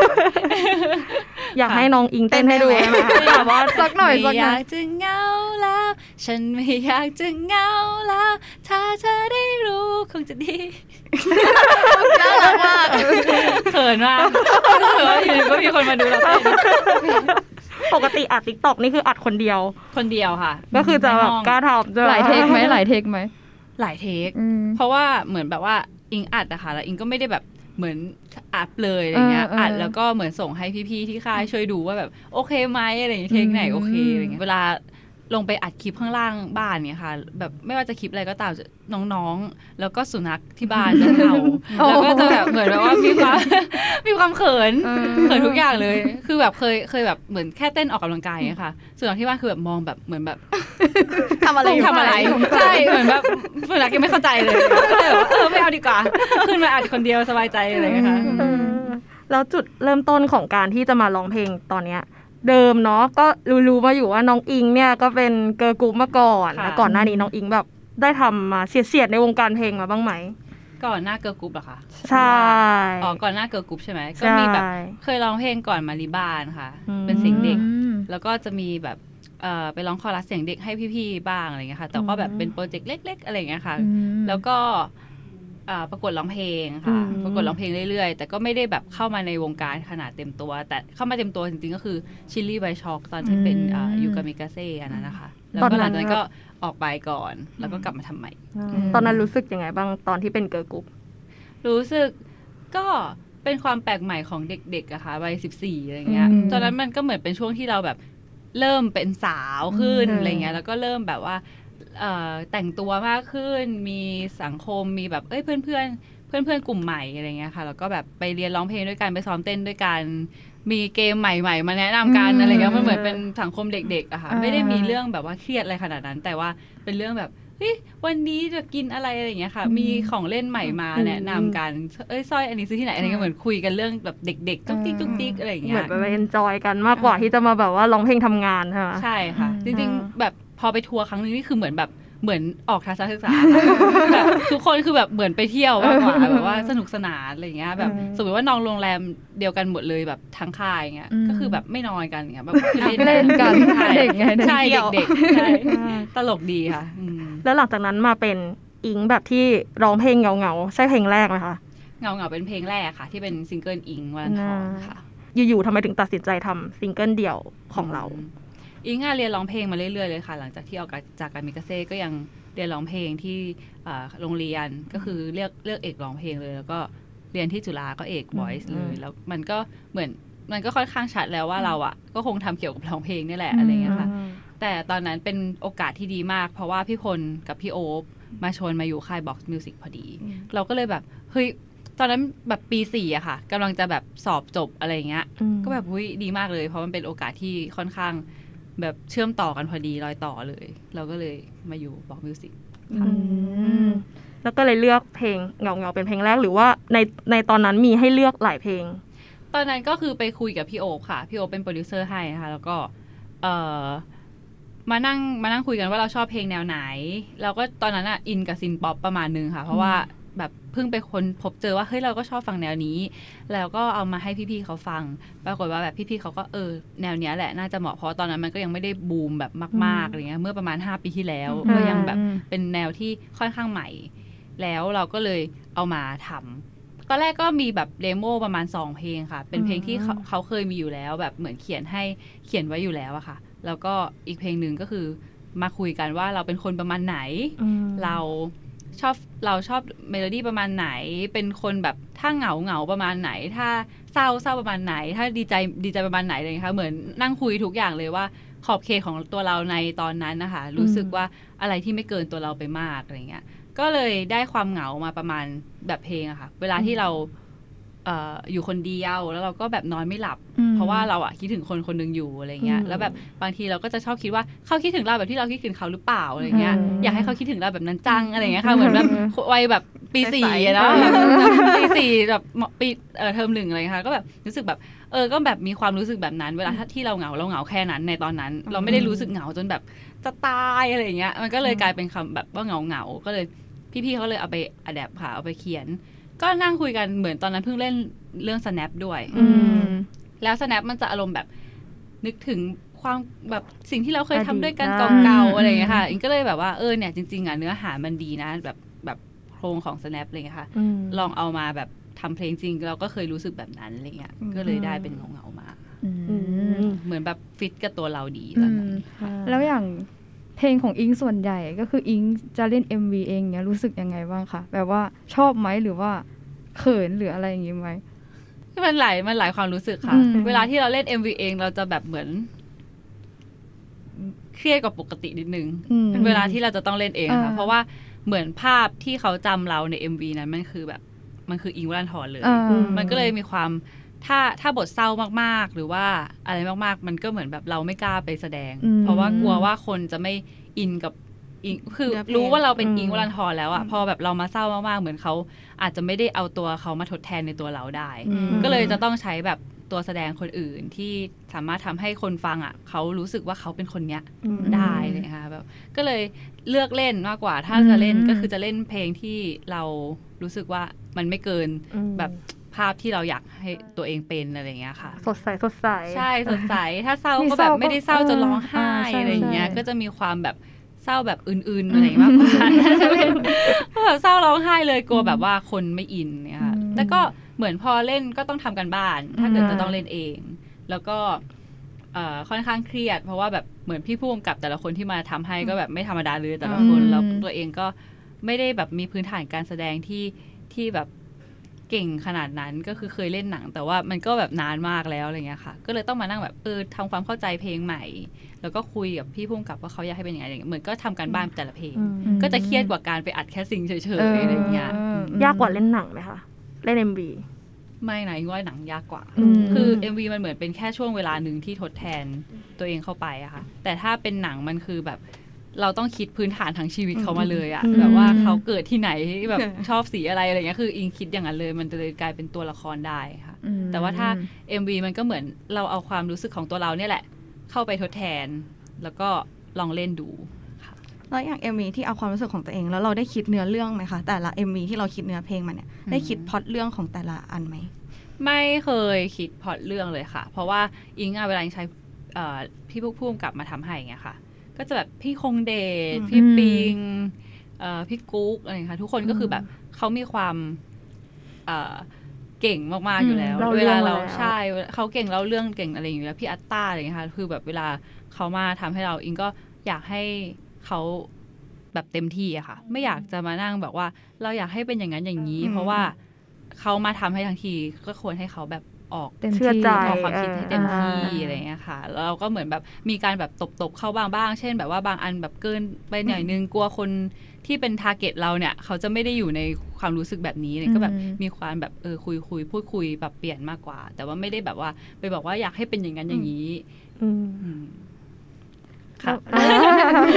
อยากให้น้องอิงเต้นให้ดูได้ไหมคะว่า
สักหน่อย
อยากจะเหงาแล้วฉันไม่อยากจะเหงาแล้วถ้าเธอได้รู้คงจะดี
น่ารักมาก
เขินมากอยู่ก็มีคนมาดูเราเต้น
ปกติอัด TikTok นี่คืออัดคนเดียว
ค่ะ
ก็คือจะแบบกล้าทำ
หลายเทคไหมหลายเทค
เพราะว่าเหมือนแบบว่าอิงอัดนะคะแล้วอิงก็ไม่ได้แบบเหมือนอัดเลยอะไรเงี้ยอัดแล้วก็เหมือนส่งให้พี่ๆที่ค่ายช่วยดูว่าแบบโอเคไหมอะไรอย่างเงี้ยเทคไหนโอเคอะไรเงี้ยเวลาลงไปอัดคลิปข้างล่างบ้านเนี่ยค่ะแบบไม่ว่าจะคลิปอะไรก็ตามน้องๆแล้วก็สุนัขที่บ้านจะเห่าแล้วก็จะแบบเหมือนแบบว่ามีความเขินทุกอย่างเลยคือแบบเคยแบบเหมือนแค่เต้นออกกำลังกายอย่างเงี้ยค่ะสุนัขที่บ้านคือแบบมองแบบเหมือนแบบ
ทำอะไร
ใช่เหมือนแบบสุนัขยังไม่เข้าใจเลยก็เลยแบบไม่เอาดีกว่าขึ้นมาอัดคนเดียวสบายใจอะไรอย่างเงี้ยค่ะ
แล้วจุดเริ่มต้นของการที่จะมาร้องเพลงตอนเนี้ยเดิมเนาะก็รู้มาอยู่ว่าน้องอิงเนี่ยก็เป็นเกิร์ลกรุ๊ปมาก่อนแล้วก่อนหน้านี้น้องอิงแบบได้ทำมาเฉียดในวงการเพลงมาบ้างไหม
ก่อนหน้าเกิร์ลกรุ๊ปเหรอคะ
ใช่
ก่อนหน้าเกิร์ลกรุ๊ปใช่ไหมก็มีแบบเคยร้องเพลงก่อนมาริบานค่ะเป็นเสียงเด็กแล้วก็จะมีแบบไปร้องคอรัสเสียงเด็กให้พี่ๆบ้างอะไรเงี้ยค่ะแต่ก็แบบเป็นโปรเจกต์เล็กๆอะไรเงี้ยค่ะแล้วก็ประกวดร้องเพลงค่ะประกวดร้องเพลงเรื่อยๆแต่ก็ไม่ได้แบบเข้ามาในวงการขนาดเต็มตัวแต่เข้ามาเต็มตัวจริงๆก็คือชิลลี่ไบช็อกตอนที่เป็นยูกามิกาเซ่อันนั้นนะคะแล้วก็หลังจากนั้นก็ออกไปก่อนแล้วก็กลับมาทำใหม่
ตอนนั้นรู้สึกยังไงบ้างตอนที่เป็นเกิร์ลกรุ๊ป
รู้สึกก็เป็นความแปลกใหม่ของเด็กๆอะค่ะวัย14อะไรเงี้ยตอนนั้นมันก็เหมือนเป็นช่วงที่เราแบบเริ่มเป็นสาวขึ้นอะไรเงี้ยแล้วก็เริ่มแบบว่าแต่งตัวมากขึ้นมีสังคมมีแบบเพื่อนกลุ่มใหม่อะไรเงี้ยค่ะแล้วก็แบบไปเรียนร้องเพลงด้วยกันไปซ้อมเต้นด้วยกันมีเกมใหม่ๆมาแนะนำกันอะไรเงี้ยมันเหมือนเป็นสังคมเด็กๆอะค่ะไม่ได้มีเรื่องแบบว่าเครียดอะไรขนาดนั้นแต่ว่าเป็นเรื่องแบบวันนี้จะกินอะไรอะไรอย่างเงี้ยค่ะมีของเล่นใหม่มาแนะนำกันสร้อยอันนี้ซื้อที่ไหนอะไรเงี้ยเหมือนคุยกันเรื่องแบบเด็กๆจุ๊กจิ๊กอะไรอย่างเงี้ย
เหมือนไปเอนจอยกันมากกว่าที่จะมาแบบว่าร้องเพลงทำงานใช่ไหม
ใช่ค่ะจริงๆแบบพอไปทัวร์ครั้งนึงนี่คือเหมือนออกทัศนศึกษาแบบทุกคนคือแบบเหมือนไปเที่ยวมากกว่าแบบว่าสนุกสนานอะไรอย่างเงี้ยแบบสมมติว่านอนโรงแรมเดียวกันหมดเลยแบบทั้งค่ายอย่างเงี้ยก็คือแบบไม่นอนกันอย่างเงี้ยแบบ
เล่นกัน
เด็กไงใช่เด็กๆใช่ตลกดีค่ะ
แล้วหลังจากนั้นมาเป็นอิงแบบที่ร้องเพลงเงาใช่เพลงแรกไหมคะ
เงาเป็นเพลงแรกค่ะที่เป็นซิงเกิลอิงวันทองค่ะ
อยู่ๆทำไมถึงตัดสินใจทำซิงเกิลเดี่ยวของเรา
อิงเรียนร้องเพลงมาเรื่อยๆเลยค่ะหลังจากที่ออกจากการมิกาเซ่ก็ยังเรียนร้องเพลงที่โรงเรียนก็คือเลือกเอกร้องเพลงเลยแล้วก็เรียนที่จุฬาก็เอก voice เลยแล้วมันก็เหมือนมันก็ค่อนข้างชัดแล้วว่าเราอ่ะก็คงทำเกี่ยวกับร้องเพลงนี่แหละอะไรเงี้ยค่ะแต่ตอนนั้นเป็นโอกาสที่ดีมากเพราะว่าพี่พลกับพี่โอ๊บมาชวนมาอยู่ค่าย Box Music พอดีเราก็เลยแบบเฮ้ยตอนนั้นแบบปี4อะค่ะกำลังจะแบบสอบจบอะไรเงี้ยก็แบบเฮ้ยดีมากเลยเพราะมันเป็นโอกาสที่ค่อนข้างแบบเชื่อมต่อกันพอดีรอยต่อเลยเราก็เลยมาอยู่ Box Music
แล้วก็เลยเลือกเพลงเงาเป็นเพลงแรกหรือว่าในตอนนั้นมีให้เลือกหลายเพลง
ตอนนั้นก็คือไปคุยกับพี่โอ๊คค่ะพี่โอ๊คเป็นโปรดิวเซอร์ให้นะคะแล้วก็มานั่งคุยกันว่าเราชอบเพลงแนวไหนแล้วก็ตอนนั้นอินกับซินป๊อปประมาณนึงค่ะเพราะว่าแบบเพิ่งไปคนพบเจอว่าเฮ้ยเราก็ชอบฟังแนวนี้แล้วก็เอามาให้พี่ๆเขาฟังปรากฏว่าแบบพี่ๆเขาก็แนวเนี้ยแหละน่าจะเหมาะเพราะตอนนั้นมันก็ยังไม่ได้บูมแบบมากๆอะไรเงี้ยเมื่อประมาณ5ปีที่แล้วก็ยังแบบเป็นแนวที่ค่อนข้างใหม่แล้วเราก็เลยเอามาทำตอนแรกก็มีแบบเดโมประมาณ2เพลงค่ะเป็นเพลงที่เขาเคยมีอยู่แล้วแบบเหมือนเขียนไว้อยู่แล้วอะค่ะแล้วก็อีกเพลงนึงก็คือมาคุยกันว่าเราเป็นคนประมาณไหนเราชอบเมโลดี้ประมาณไหนเป็นคนแบบถ้าเหงาประมาณไหนถ้าเศร้าประมาณไหนถ้าดีใจประมาณไหนอะไรอย่างเงี้ยค่ะเหมือนนั่งคุยทุกอย่างเลยว่าขอบเขตของตัวเราในตอนนั้นนะคะรู้สึกว่าอะไรที่ไม่เกินตัวเราไปมากอะไรเงี้ยก็เลยได้ความเหงามาประมาณแบบเพลงอะค่ะเวลาที่เราอยู่คนเดียวแล้วเราก็แบบนอนไม่หลับเพราะว่าเราคิดถึงคนนึงอยู่อะไรเงี้ยแล้วแบบบางทีเราก็จะชอบคิดว่าเขาคิดถึงเราแบบที่เราคิดถึงเขาหรือเปล่าอะไรเงี้ยอยากให้เขาคิดถึงเราแบบนั้นจังอะไรเงี้ยค่ะเหมือนแบบวัยแบบปี4นะปี4แบบปีเทอม1อะไรเงี้ยค่ะก็แบบรู้สึกแบบก็แบบมีความรู้สึกแบบนั้นเวลาที่เราเหงาแค่นั้นในตอนนั้นเราไม่ได้รู้สึกเหงาจนแบบจะตายอะไรเงี้ยมันก็เลยกลายเป็นคำแบบว่าเหงาก็เลยพี่ๆเขาเลยเอาไปอะแดปค่ะเอาไปเขียนก็นั่งคุยกันเหมือนตอนนั้นเพิ่งเล่นเรื่อง Snap ด้วยแล้ว Snap มันจะอารมณ์แบบนึกถึงความแบบสิ่งที่เราเคยทำด้วยกันเก่าๆอะไรอย่างเงี้ยค่ะอิงก็เลยแบบว่าเนี่ยจริงๆเนื้อหามันดีนะแบบโครงของ Snap อะไรเงี้ยค่ะลองเอามาแบบทำเพลงจริงเราก็เคยรู้สึกแบบนั้นอะไรเงี้ยก็เลยได้เป็นเงาๆมาเหมือนแบบฟิตกับตัวเราดีตอนนั้น
แล้วอย่างเพลงของอิงส่วนใหญ่ก็คืออิงจะเล่น MV เองเนี่ยรู้สึกยังไงบ้างคะแบบว่าชอบไหมหรือว่าเขินหรืออะไรอย่างงี้ไหม
มันหลายความรู้สึกค่ะเวลาที่เราเล่น MV เองเราจะแบบเหมือนเครียดกว่าปกตินิดนึงเวลาที่เราจะต้องเล่นเองค่ะเพราะว่าเหมือนภาพที่เขาจำเราใน MV นั้นมันคือแบบมันคืออิงวรันธรเลยมันก็เลยมีความถ้าบทเศร้ามากๆหรือว่าอะไรมากๆมันก็เหมือนแบบเราไม่กล้าไปแสดงเพราะว่ากลัวว่าคนจะไม่อินกับอิงคือรู้ว่าเราเป็นอิงวรันธรแล้วอะพอแบบเรามาเศร้ามากๆเหมือนเขาอาจจะไม่ได้เอาตัวเขามาทดแทนในตัวเราได้ก็เลยจะต้องใช้แบบตัวแสดงคนอื่นที่สามารถทำให้คนฟังอะเขารู้สึกว่าเขาเป็นคนเนี้ยได้เลยค่ะแบบก็เลยเลือกเล่นมากกว่าถ้าจะเล่นก็คือจะเล่นเพลงที่เรารู้สึกว่ามันไม่เกินแบบภาพที่เราอยากให้ตัวเองเป็นอะไรอย่างเงี้ยค่ะ
สดใสใช่
สดใสถ้าเศร้าก็แบบไม่ได้เศร้าจนร้องไห้อะไรอย่างเงี้ยก็จะมีความแบบเศร้าแบบอื่นๆอะไรมากกว่าเพราะแบบเศร้าร้องไห้เลยกลัวแบบว่าคนไม่อินเนี่ยค่ะแต่ก็เหมือนพอเล่นก็ต้องทำกันบ้านถ้าเกิดจะต้องเล่นเองแล้วก็ค่อนข้างเครียดเพราะว่าแบบเหมือนพี่ผู้กำกับแต่ละคนที่มาทำให้ก็แบบไม่ธรรมดาเลยแต่ละคนแล้วตัวเองก็ไม่ได้แบบมีพื้นฐานการแสดงที่แบบเก่งขนาดนั้นก็คือเคยเล่นหนังแต่ว่ามันก็แบบนานมากแล้วอะไรเงี้ยค่ะก็เลยต้องมานั่งแบบทำความเข้าใจเพลงใหม่แล้วก็คุยกับพี่ผู้กำกับว่าเขาอยากให้เป็นยังไงอะไรเงี้ยเหมือนก็ทำการบ้านแต่ละเพลงก็จะเครียดกว่าการไปอัดแค่ซิงเฉยๆอะไรเงี้ย
ยากกว่าเล่นหนังไหมคะเล่น MV
ไม่นะว่าหนังยากกว่าคือ MV มันเหมือนเป็นแค่ช่วงเวลานึงที่ทดแทนตัวเองเข้าไปอะค่ะแต่ถ้าเป็นหนังมันคือแบบเราต้องคิดพื้นฐานทั้งชีวิตเขามาเลยอะแบบว่าเขาเกิดที่ไหนแบบชอบสีอะไรอะไรเงี้ยคืออิงคิดอย่างนั้นเลยมันจะเลยกลายเป็นตัวละครได้ค่ะแต่ว่าถ้า MV มันก็เหมือนเราเอาความรู้สึกของตัวเราเนี่ยแหละเข้าไปทดแทนแล้วก็ลองเล่นดูค่ะ
แล้วอย่าง MV ที่เอาความรู้สึกของตัวเองแล้วเราได้คิดเนื้อเรื่องไหมคะแต่ละ MV ที่เราคิดเนื้อเพลงมันเนี่ยได้คิดพล็อตเรื่องของแต่ละอันไหม
ไม่เคยคิดพล็อตเรื่องเลยค่ะเพราะว่าอิงเวลาอิงใช้พี่ผู้กำกับมาทำให้ไงค่ะก็จะแบบพี่คงเดชพี่ปิงพี่กุ๊กอะไรค่ะทุกคนก็คือแบบเขามีความเก่งมากๆอยู่แล้วเวลาเราใช่เขาเก่งเล่าเรื่องเก่งอะไรอย่างเงี้ยพี่อัตตาอะไรอย่างเงี้ยค่ะคือแบบเวลาเขามาทำให้เราอิงก็อยากให้เขาแบบเต็มที่อะค่ะไม่อยากจะมานั่งแบบว่าเราอยากให้เป็นอย่างนั้นอย่างนี้เพราะว่าเขามาทำให้ทั้งทีก็ควรให้เขาแบบออก
เชื่อใจ
ออกความคิดให้เต็มที่อะไรเงี้ยค่ะแล้วเราก็เหมือนแบบมีการแบบตบเข้าบ้างเช่นแบบว่าบางอันแบบเกินไปหน่อยนึงกลัวคนที่เป็นทาร์เก็ตเราเนี่ยเขาจะไม่ได้อยู่ในความรู้สึกแบบนี้เลยก็แบบมีความแบบคุยพูดคุยแบบเปลี่ยนมากกว่าแต่ว่าไม่ได้แบบว่าไปบอกว่าอยากให้เป็นอย่างนั้นอย่างนี้
ค่ะแล้วอย่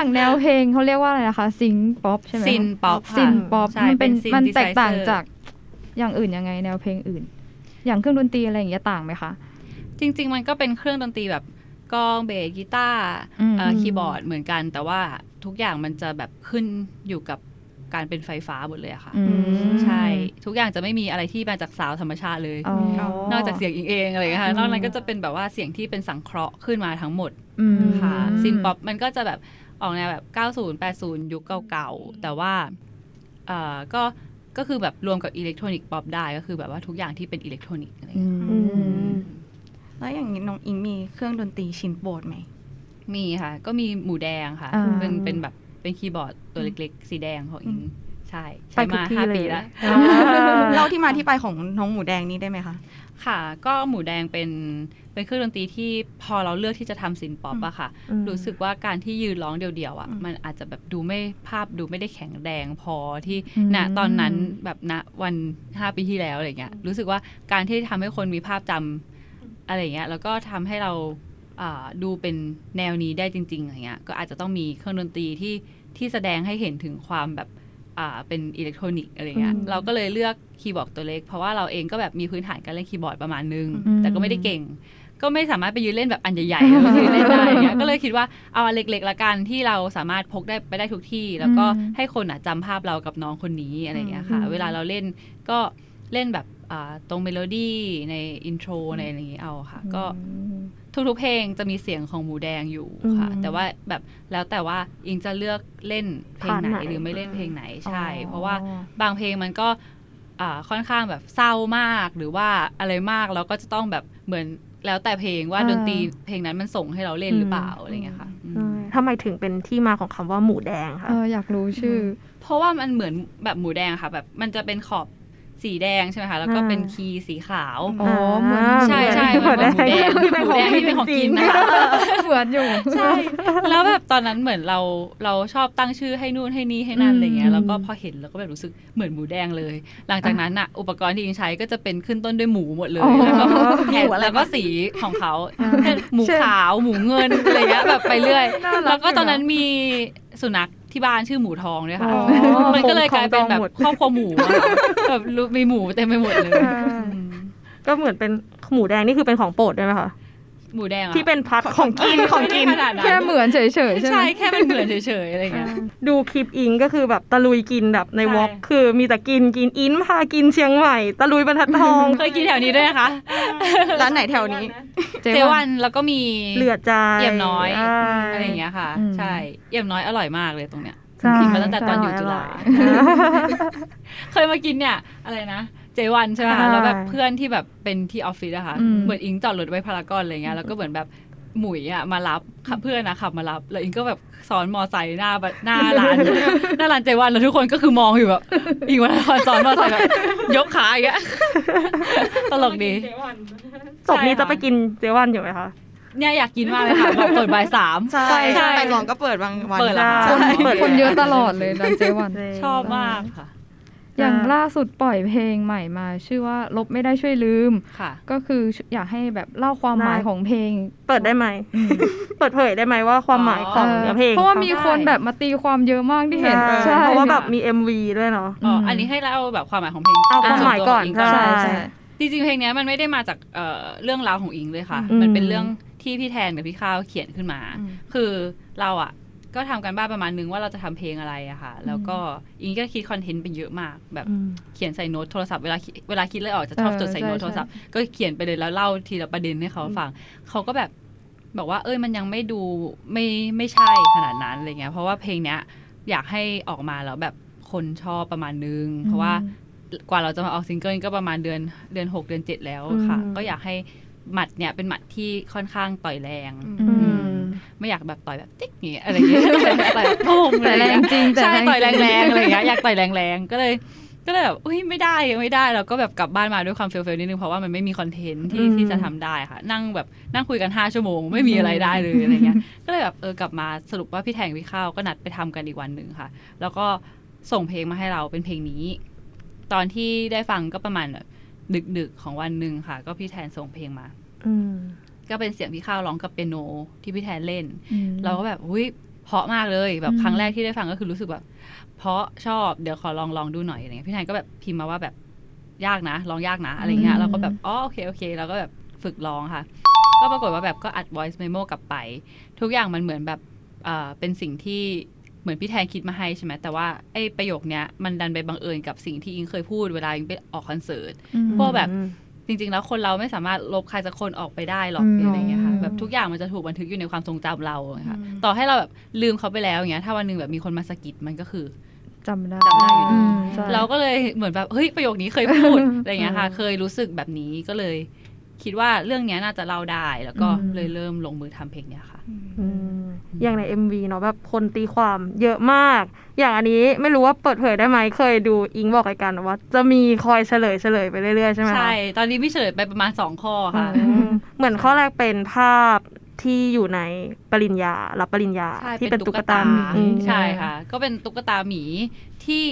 อย่างแนวเพลงเขาเรียกว่าอะไรนะคะซิงป๊อปใช่ไหม
ซินป๊อป
ซินป๊อปมันแตกต่างจากอย่างอื่นยังไงแนวเพลงอื่นอย่างเครื่องดนตรีอะไรอย่างเงี้ยต่างไหมคะ
จริงๆมันก็เป็นเครื่องดนตรีแบบกลองเบสกีตาร์คีย์บอร์ดเหมือนกันแต่ว่าทุกอย่างมันจะแบบขึ้นอยู่กับการเป็นไฟฟ้าหมดเลยอะค่ะใช่ทุกอย่างจะไม่มีอะไรที่มาจากซาวด์ธรรมชาติเลยนอกจากเสียงเองอะไรอย่างเงี้ยค่ะนอกนั้นก็จะเป็นแบบว่าเสียงที่เป็นสังเคราะห์ขึ้นมาทั้งหมดค่ะซินป๊อปมันก็จะแบบออกแนวแบบ90 80ยุคเก่าๆแต่ว่าก็คือแบบรวมกับอิเล็กทรอนิกส์ป๊อปได้ก็คือแบบว่าทุกอย่างที่เป็นอิเล็กทรอนิกส์อะไรอย่างเงี้ย
แล้วอย่างนี้น้องอิงมีเครื่องดนตรีชิ้นโปรดไหม
มีค่ะก็มีหมูแดงค่ะเป็นแบบเป็นคีย์บอร์ดตัวเล็กๆสีแดงของอิงใช่ใช้มา5 ปีแล้ว
เล่าที่มาที่ไปของน้องหมูแดงนี้ได้ไหมคะ
ค่ะก็หมูแดงเป็นเครื่องดนตรีที่พอเราเลือกที่จะทำซินป๊อปอะค่ะรู้สึกว่าการที่ยืนร้องเดี่ยวๆอะมันอาจจะแบบดูไม่ได้แข็งแรงพอที่ณตอนนั้นแบบณวัน5 ปีที่แล้วอะไรเงี้ยรู้สึกว่าการที่ทำให้คนมีภาพจำอะไรเงี้ยแล้วก็ทำให้เราดูเป็นแนวนี้ได้จริงๆอะไรเงี้ยก็อาจจะต้องมีเครื่องดนตรีที่แสดงให้เห็นถึงความแบบเป็นอิเล็กทรอนิกส์อะไรเงี้ยเราก็เลยเลือกคีย์บอร์ดตัวเล็กเพราะว่าเราเองก็แบบมีพื้นฐานการเล่นคีย์บอร์ดประมาณนึงแต่ก็ไม่ได้เก่งก็ไม่สามารถไปยืนเล่นแบบอันใหญ่ๆแล้วยืนเล่นได้เงี้ยก็เลยคิดว่าเอาอันเล็กๆละกันที่เราสามารถพกได้ไปได้ทุกที่แล้วก็ให้คนจำภาพเรากับน้องคนนี้อะไรเงี้ยค่ะเวลาเราเล่นก็เล่นแบบตรงเมโลดี้ในอินโทรในอะไรอย่างนี้เอาค่ะก็ทุกๆเพลงจะมีเสียงของหมูแดงอยู่ค่ะแต่ว่าแบบแล้วแต่ว่าอิงจะเลือกเล่นเพลงไหนหรือไม่เล่นเพลงไหนใช่เพราะว่าบางเพลงมันก็ค่อนข้างแบบเศร้ามากหรือว่าอะไรมากเราก็จะต้องแบบเหมือนแล้วแต่เพลงว่าดนตรีเพลงนั้นมันส่งให้เราเล่นหรือเปล่าอะไรเงี้ยค่ะ
ทำไมถึงเป็นที่มาของคำว่าหมูแดงคะ
อยากรู้ชื่อ
เพราะว่ามันเหมือนแบบหมูแดงค่ะแบบมันจะเป็นขอบสีแดงใช่ไหมคะแล้วก็เป็นคีย์สีขาวใช่ใช่เหมือนหมูแดงที่เป็นของกินนะคะ
เหมือนอยู่
ใช่แล้วแบบตอนนั้นเหมือนเราชอบตั้งชื่อให้นู่นให้นี่ให้นั่นอะไรเงี้ยแล้วก็พอเห็นแล้วก็แบบรู้สึกเหมือนหมูแดงเลยหลังจากนั้นอ่ะอุปกรณ์ที่อิงใช้ก็จะเป็นขึ้นต้นด้วยหมูหมดเลยแล้วก็สีของเขาหมูขาวหมูเงินอะไรเงี้ยแบบไปเรื่อยแล้วก็ตอนนั้นมีสุนัขที่บ้านชื่อหมูทองด้วยค่ะมันก็เลยกลายเป็นแบบครอบครัวหมูแบบมีหมูเต็มไปหมดเลย
ก็เหมือนเป็นหมูแดงนี่คือเป็นของโปรดด้วยไหมคะ
หมูแดง
ที่เป็นพัดของกิน
แค่เหมือนเฉยๆ
ใช่แค่เป็นเหมือนเฉยๆอะไรเงี้ย
ดูคลิปอิงก็คือแบบตะลุยกินแบบในวอล์กคือมีแต่กินอินพากินเชียงใหม่ตะลุยบรรทัดทอง
เคยกินแถวนี้ด้วยนะคะ
ร้านไหนแถวนี้
เจวันแล้วก็มี
เลือดใจ
เอี่ยมน้อยอะไรอย่างเงี้ยค่ะใช่เอี่ยมน้อยอร่อยมากเลยตรงเนี้ยกินมาตั้งแต่ตอนอยู่จุฬาเคยมากินเนี่ยอะไรนะเจวันใช่ไหมคะแล้วแบบเพื่อนที่แบบเป็นที่ออฟฟิศอะค่ะเหมือนอิงจอดรถไว้พารากอนอะไรเงี้ยแล้วก็เหมือนแบบหมุยอะมารับเพื่อนนะขับมารับแล้วอิงก็แบบซ้อนมอไซค์หน้าร้านเจวันแล้วทุกคนก็คือมองอยู่แบบอิงวันซ้อนมอไซค์แบบยกขาอย่างเงี้ยตลกดี
จบนี้จะไปกินเจวันอยู่ไหมคะ
เนี่ยอยากกินมากเลยค่ะแบบเปิดบ่าย 3
ใช่บ่าย 2ก็เปิดบางวัน
เปิด
คนเยอะตลอดเลยร้านเจวัน
ชอบมากค่ะ
อย่างล่าสุดปล่อยเพลงใหม่มาชื่อว่าลบไม่ได้ช่วยลืมก็คืออยากให้แบบเล่าความหมายของเพลง
เปิดได้ไหมเปิดเผยได้ไหมว่าความหมายของเนื้อเพลง
เพราะว่ามีคนแบบมาตีความเยอะมากที่เห็น
เพราะว่าแบบมี MV ด้วยเนาะ
อันนี้ให้เล่าแบบความหมายของเพลง
เอาความหมายก่อนใช่
จริงๆเพลงนี้มันไม่ได้มาจากเรื่องราวของอิงเลยค่ะมันเป็นเรื่องที่พี่แทนกับพี่ข้าวเขียนขึ้นมาคือเราอ่ะก็ทำกันบ้านประมาณนึงว่าเราจะทำเพลงอะไรอะค่ะแล้วก็อิงก็คิดคอนเทนต์ไปเยอะมากแบบเขียนใส่โน้ตโทรศัพท์เวลาคิดอะไรออกจะชอบจดใส่โน้ตโทรศัพท์ก็เขียนไปเลยแล้วเล่าทีละประเด็นให้เขาฟังเขาก็แบบบอกว่ามันยังไม่ดูไม่ใช่ขนาดนั้นอะไรเงี้ยเพราะว่าเพลงเนี้ยอยากให้ออกมาแล้วแบบคนชอบประมาณนึงเพราะว่ากว่าเราจะมาออกซิงเกิลก็ประมาณเดือน6เดือน7แล้วค่ะก็อยากให้หมัดเนี่ยเป็นหมัดที่ค่อนข้างต่อยแรงไม่อยากแบบต่อยแบบติ๊กนี่อะไรอย่างเงี้ยต่อยแบบพุ่ง
แต่แรงจริง
ใช่ต่อยแรงๆอะไรอย่างเงี้ยอยากต่อยแรงๆก็เลยแบบไม่ได้เราก็แบบกลับบ้านมาด้วยความเฟลนิดนึงเพราะว่ามันไม่มีคอนเทนต์ที่จะทำได้ค่ะนั่งคุยกัน5 ชั่วโมงไม่มีอะไรได้เลยอะไรเงี้ยก็เลยแบบกลับมาสรุปว่าพี่แทงพี่ข้าวก็นัดไปทำกันอีกวันนึงค่ะแล้วก็ส่งเพลงมาให้เราเป็นเพลงนี้ตอนที่ได้ฟังก็ประมาณแบบดึกๆของวันนึงค่ะก็พี่แทนส่งเพลงมาก็เป็นเสียงพี่ข้าวร้องกับเปียโนที่พี่แทนเล่นเราก็แบบพเพราะมากเลยแบบครั้งแรกที่ได้ฟังก็คือรู้สึกแบบเพราะชอบเดี๋ยวขอลองดูหน่อยอะไรเงี้ยพี่ไทยก็แบบพิมพ์มาว่าแบบยากนะลองยากนะอะไรเงี้ยเราก็แบบโอเคเราก็แบบฝึกร้องค่ะก็ปรากฏว่าแบบก็อัด voice memo กลับไปทุกอย่างมันเหมือนแบบเป็นสิ่งที่เหมือนพี่แทนคิดมาให้ใช่ไหมแต่ว่าไอ้ประโยคเนี้ยมันดันไปบังเอิญกับสิ่งที่อิงเคยพูดเวลาอิงไปออกคอนเสิร์ตพวกแบบจริงๆแล้วคนเราไม่สามารถลบใครสักคนออกไปได้หรอกอะไรเงี้ยค่ะแบบทุกอย่างมันจะถูกบันทึกอยู่ในความทรงจำเราค่ะต่อให้เราแบบลืมเขาไปแล้วอย่างเงี้ยถ้าวันนึงแบบมีคนมาสะกิดมันก็คือ
จำได้
อยู่ดีเราก็เลยเหมือนแบบเฮ้ยประโยคนี้เคยพูดอะไรเงี้ยค่ะเคยรู้สึกแบบนี้ก็เลยคิดว่าเรื่องนี้น่าจะเล่าได้แล้วก็เลยเริ่มลงมือทำเพลงเนี้ยค่ะ
อย่างใน MV เนาะแบบคนตีความเยอะมากอย่างอันนี้ไม่รู้ว่าเปิดเผยได้ไหมเคยดูอิงบอกรายการว่าจะมีคอยเฉลยไปเรื่อยๆใช่ไหม
ใช่ตอนนี้พี่เฉลยไปประมาณ2ข้อค่ะ
เหมือนข้อแรกเป็นภาพที่อยู่ในปริญญารับปริญญาที่เป็นตุ๊กตา
ใช่ค่ะก็เป็นตุ๊กตาหมีที่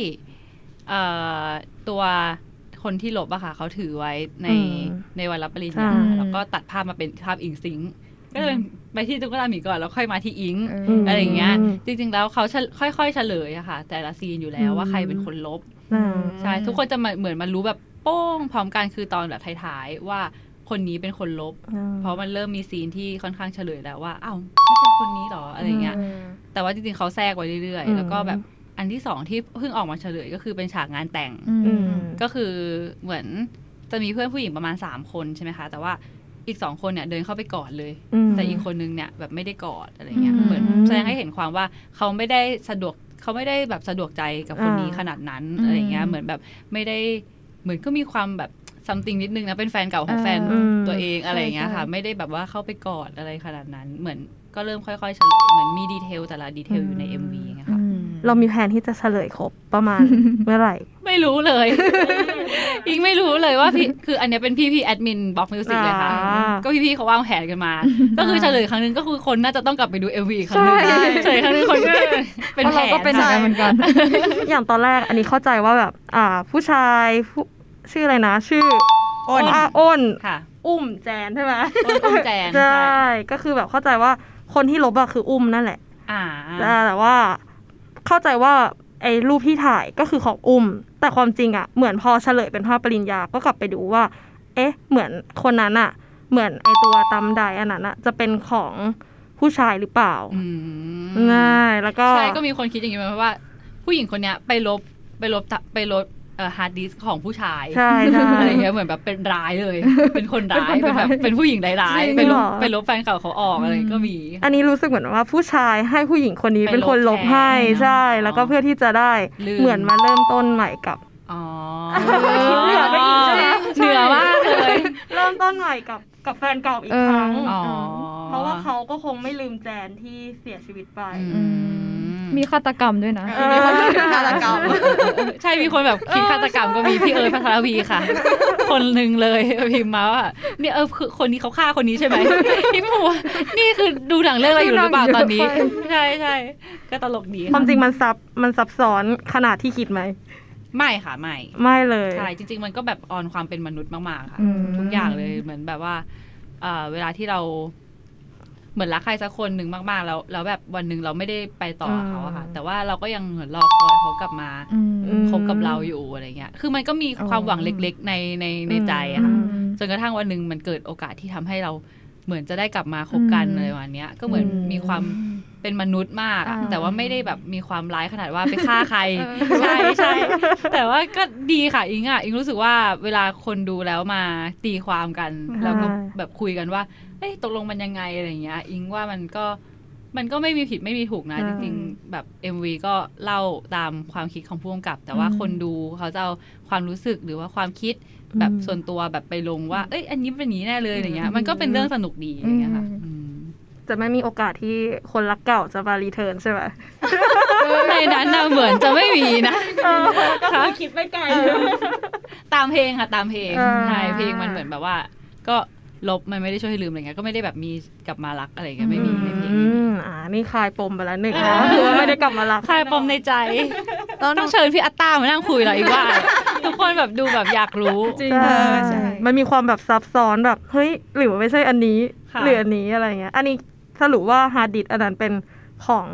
ตัวคนที่ลบอะค่ะเขาถือไว้ในวันรับปริญญาแล้วก็ตัดภาพมาเป็นภาพอิงซิงก็เลยไปที่ตุ๊กตาหมีก่อนแล้วค่อยมาที่อิงอะไรอย่างเงี้ยจริงๆแล้วเขาค่อยๆเฉลยอะค่ะแต่ละซีนอยู่แล้วว่าใครเป็นคนลบใช่ทุกคนจะเหมือนมันรู้แบบโป้งพร้อมกันคือตอนแบบท้ายๆว่าคนนี้เป็นคนลบเพราะมันเริ่มมีซีนที่ค่อนข้างเฉลยแล้วว่าอ้าวไม่ใช่คนนี้หรออะไรเงี้ยแต่ว่าจริงๆเขาแทรกไว้เรื่อยๆแล้วก็แบบอันที่2ที่เพิ่งออกมาเฉลยก็คือเป็นฉากงานแต่งก็คือเหมือนจะมีเพื่อนผู้หญิงประมาณ3คนใช่ไหมคะแต่ว่าอีก2คนเนี่ยเดินเข้าไปกอดเลยแต่อีกคนนึงเนี่ยแบบไม่ได้กอดอะไรเงี้ยเหมือนแสดงให้เห็นความว่าเขาไม่ได้แบบสะดวกใจกับคนนี้ขนาดนั้นอะไรเงี้ยเหมือนแบบไม่ได้เหมือนก็มีความแบบซัมติงนิดนึงนะเป็นแฟนเก่าของแฟนตัวเองอะไรอย่างเงี้ยค่ะไม่ได้แบบว่าเข้าไปกอดอะไรขนาดนั้นเหมือนก็เริ่มค่อยๆเฉลยเหมือนมีดีเทลแต่ละดีเทลอยู่ใน MV ไงค่ะ
เรามีแผนที่จะเฉลยครบประมาณ เมื่อไหร่
ไม่รู้เลยอิงไม่รู้เลยว่าพี่คืออันนี้เป็นพี่แอดมินบล็อกมิวสิกเลยค่ะก็พี่ๆเขาวางแผนกันมาก็คือเฉลยครั้งนึงก็คือคนน่าจะต้องกลับไปดู MV ครั้งนึงเฉลยครั้งนึงคนก็เป็นแผน
ก็เป็นเหมือนกัน
อย่างตอนแรกอันนี้เข้าใจว่าแบบผู้ชายชื่ออะไรนะชื่ออ้นอุ้มแจนใช่ไหม
อุ้มแจน
ใช่ก็คือแบบเข้าใจว่าคนที่ลบคืออุ้มนั่นแหละแต่ว่าเข้าใจว่าไอ้รูปที่ถ่ายก็คือของอุ้มแต่ความจริงเหมือนพอเฉลยเป็นภาพปริญญาก็กลับไปดูว่าเหมือนคนนั้นเหมือนไอ้ตัวตำไดอันนั้นจะเป็นของผู้ชายหรือเปล่าง่ายแล้วก็
ใช่ก็มีคนคิดอย่างนี้มาว่าผู้หญิงคนนี้ไปลบฮาร์ดดิสก์ของผู้ชาย
ใช่
อะไรเงี้ยเหมือนแบบเป็นร้ายเลยเป็นคนร้ายเป็นแบบเป็นผู้หญิงร้ายไปลบแฟนเก่าเขาออกอะไรก็มี
อันนี้รู้สึกเหมือนว่าผู้ชายให้ผู้หญิงคนนี้เป็นคนลบให้ใช่แล้วก็เพื่อที่จะได้เหมือนมาเริ่มต้นใหม่กับ
เหนือไปอีกเหนือมากเลย
เริ่มต้นใหม่กับแฟนเก่าอีกครั้งเพราะว่าเขาก็คงไม่ลืมแจนที่เสียชีวิตไป
มีฆาตกรรมด้วยนะ
มีคนคิดฆาตกรรม
ใช่มีคนแบบคิดฆาตกรรมก็มีพี่พัทรวีค่ะคนนึงเลยพิมพ์มาว่าเนี่ยคือคนนี้เขาฆ่าคนนี้ใช่ไหมพี่บอกว่านี่คือดูหนังเรื่องอะไรอยู่หรือเปล่าตอนนี้ใช่ก็ตลกดี
ความจริงมันซับซ้อนขนาดที่คิดไหม
ไม่ค่ะไม่
เลย
ใช่จริงๆมันก็แบบออนความเป็นมนุษย์มากๆค่ะทุกอย่างเลยเหมือนแบบว่าเวลาที่เราเหมือนรักใครสักคนหนึ่งมากๆแล้วแบบวันหนึ่งเราไม่ได้ไปต่อเขาอะค่ะแต่ว่าเราก็ยังเหมือนรอคอยเขากลับมาคบกับเราอยู่อะไรเงี้ยคือมันก็มีความหวังเล็กๆในใจอะค่ะจนกระทั่งวันหนึ่งมันเกิดโอกาสที่ทำให้เราเหมือนจะได้กลับมาคบกันอะไรวันนี้ก็เหมือนมีความเป็นมนุษย์มากแต่ว่าไม่ได้แบบมีความร้ายขนาดว่าไปฆ่าใครใช่แต่ว่าก็ดีค่ะอิงรู้สึกว่าเวลาคนดูแล้วมาตีความกันแล้วก็แบบคุยกันว่าตกลงมันยังไงอะไรเงี้ยอิงว่ามันก็ไม่มีผิดไม่มีถูกนะจริงๆแบบ MV ก็เล่าตามความคิดของผู้กำกับแต่ว่าคนดูเขาจะเอาความรู้สึกหรือว่าความคิดแบบส่วนตัวแบบไปลงว่าอันนี้เป็นอย่างนี้แน่เลยอะไรเงี้ยมันก็เป็นเรื่องสนุกดีอย่างเงี้ยค่ะ
จะไม่มีโอกาสที่คนรักเก่าจะมารีเทิร์นใช่ไหม
ในนั้นนะเหมือนจะไม่มีนะ
ก็คิดไม่ไกล
ตามเพลงค่ะตามเพลงใช่เพลงมันเหมือนแบบว่าก็ลบมันไม่ได้ช่วยให้ลืมอะไรเงี้ยก็ไม่ได้แบบมีกลับมารักอะไรเงี้ยไม่มีในเพลง
นี่คลายปมไปแล้วหนึ่งนะคือว่าไม่ได้กลับมารัก
คลายปมในใจต้องเชิญพี่อัตตามานั่งคุยหรออีกว่าทุกคนแบบดูแบบอยากรู้
จริงใช่มันมีความแบบซับซ้อนแบบเฮ้ยหรือว่าไม่ใช่อันนี้หรืออันนี้อะไรเงี้ยอันนี้สรุปว่าฮาร์ดดิสก์อันนั้นเป็นของ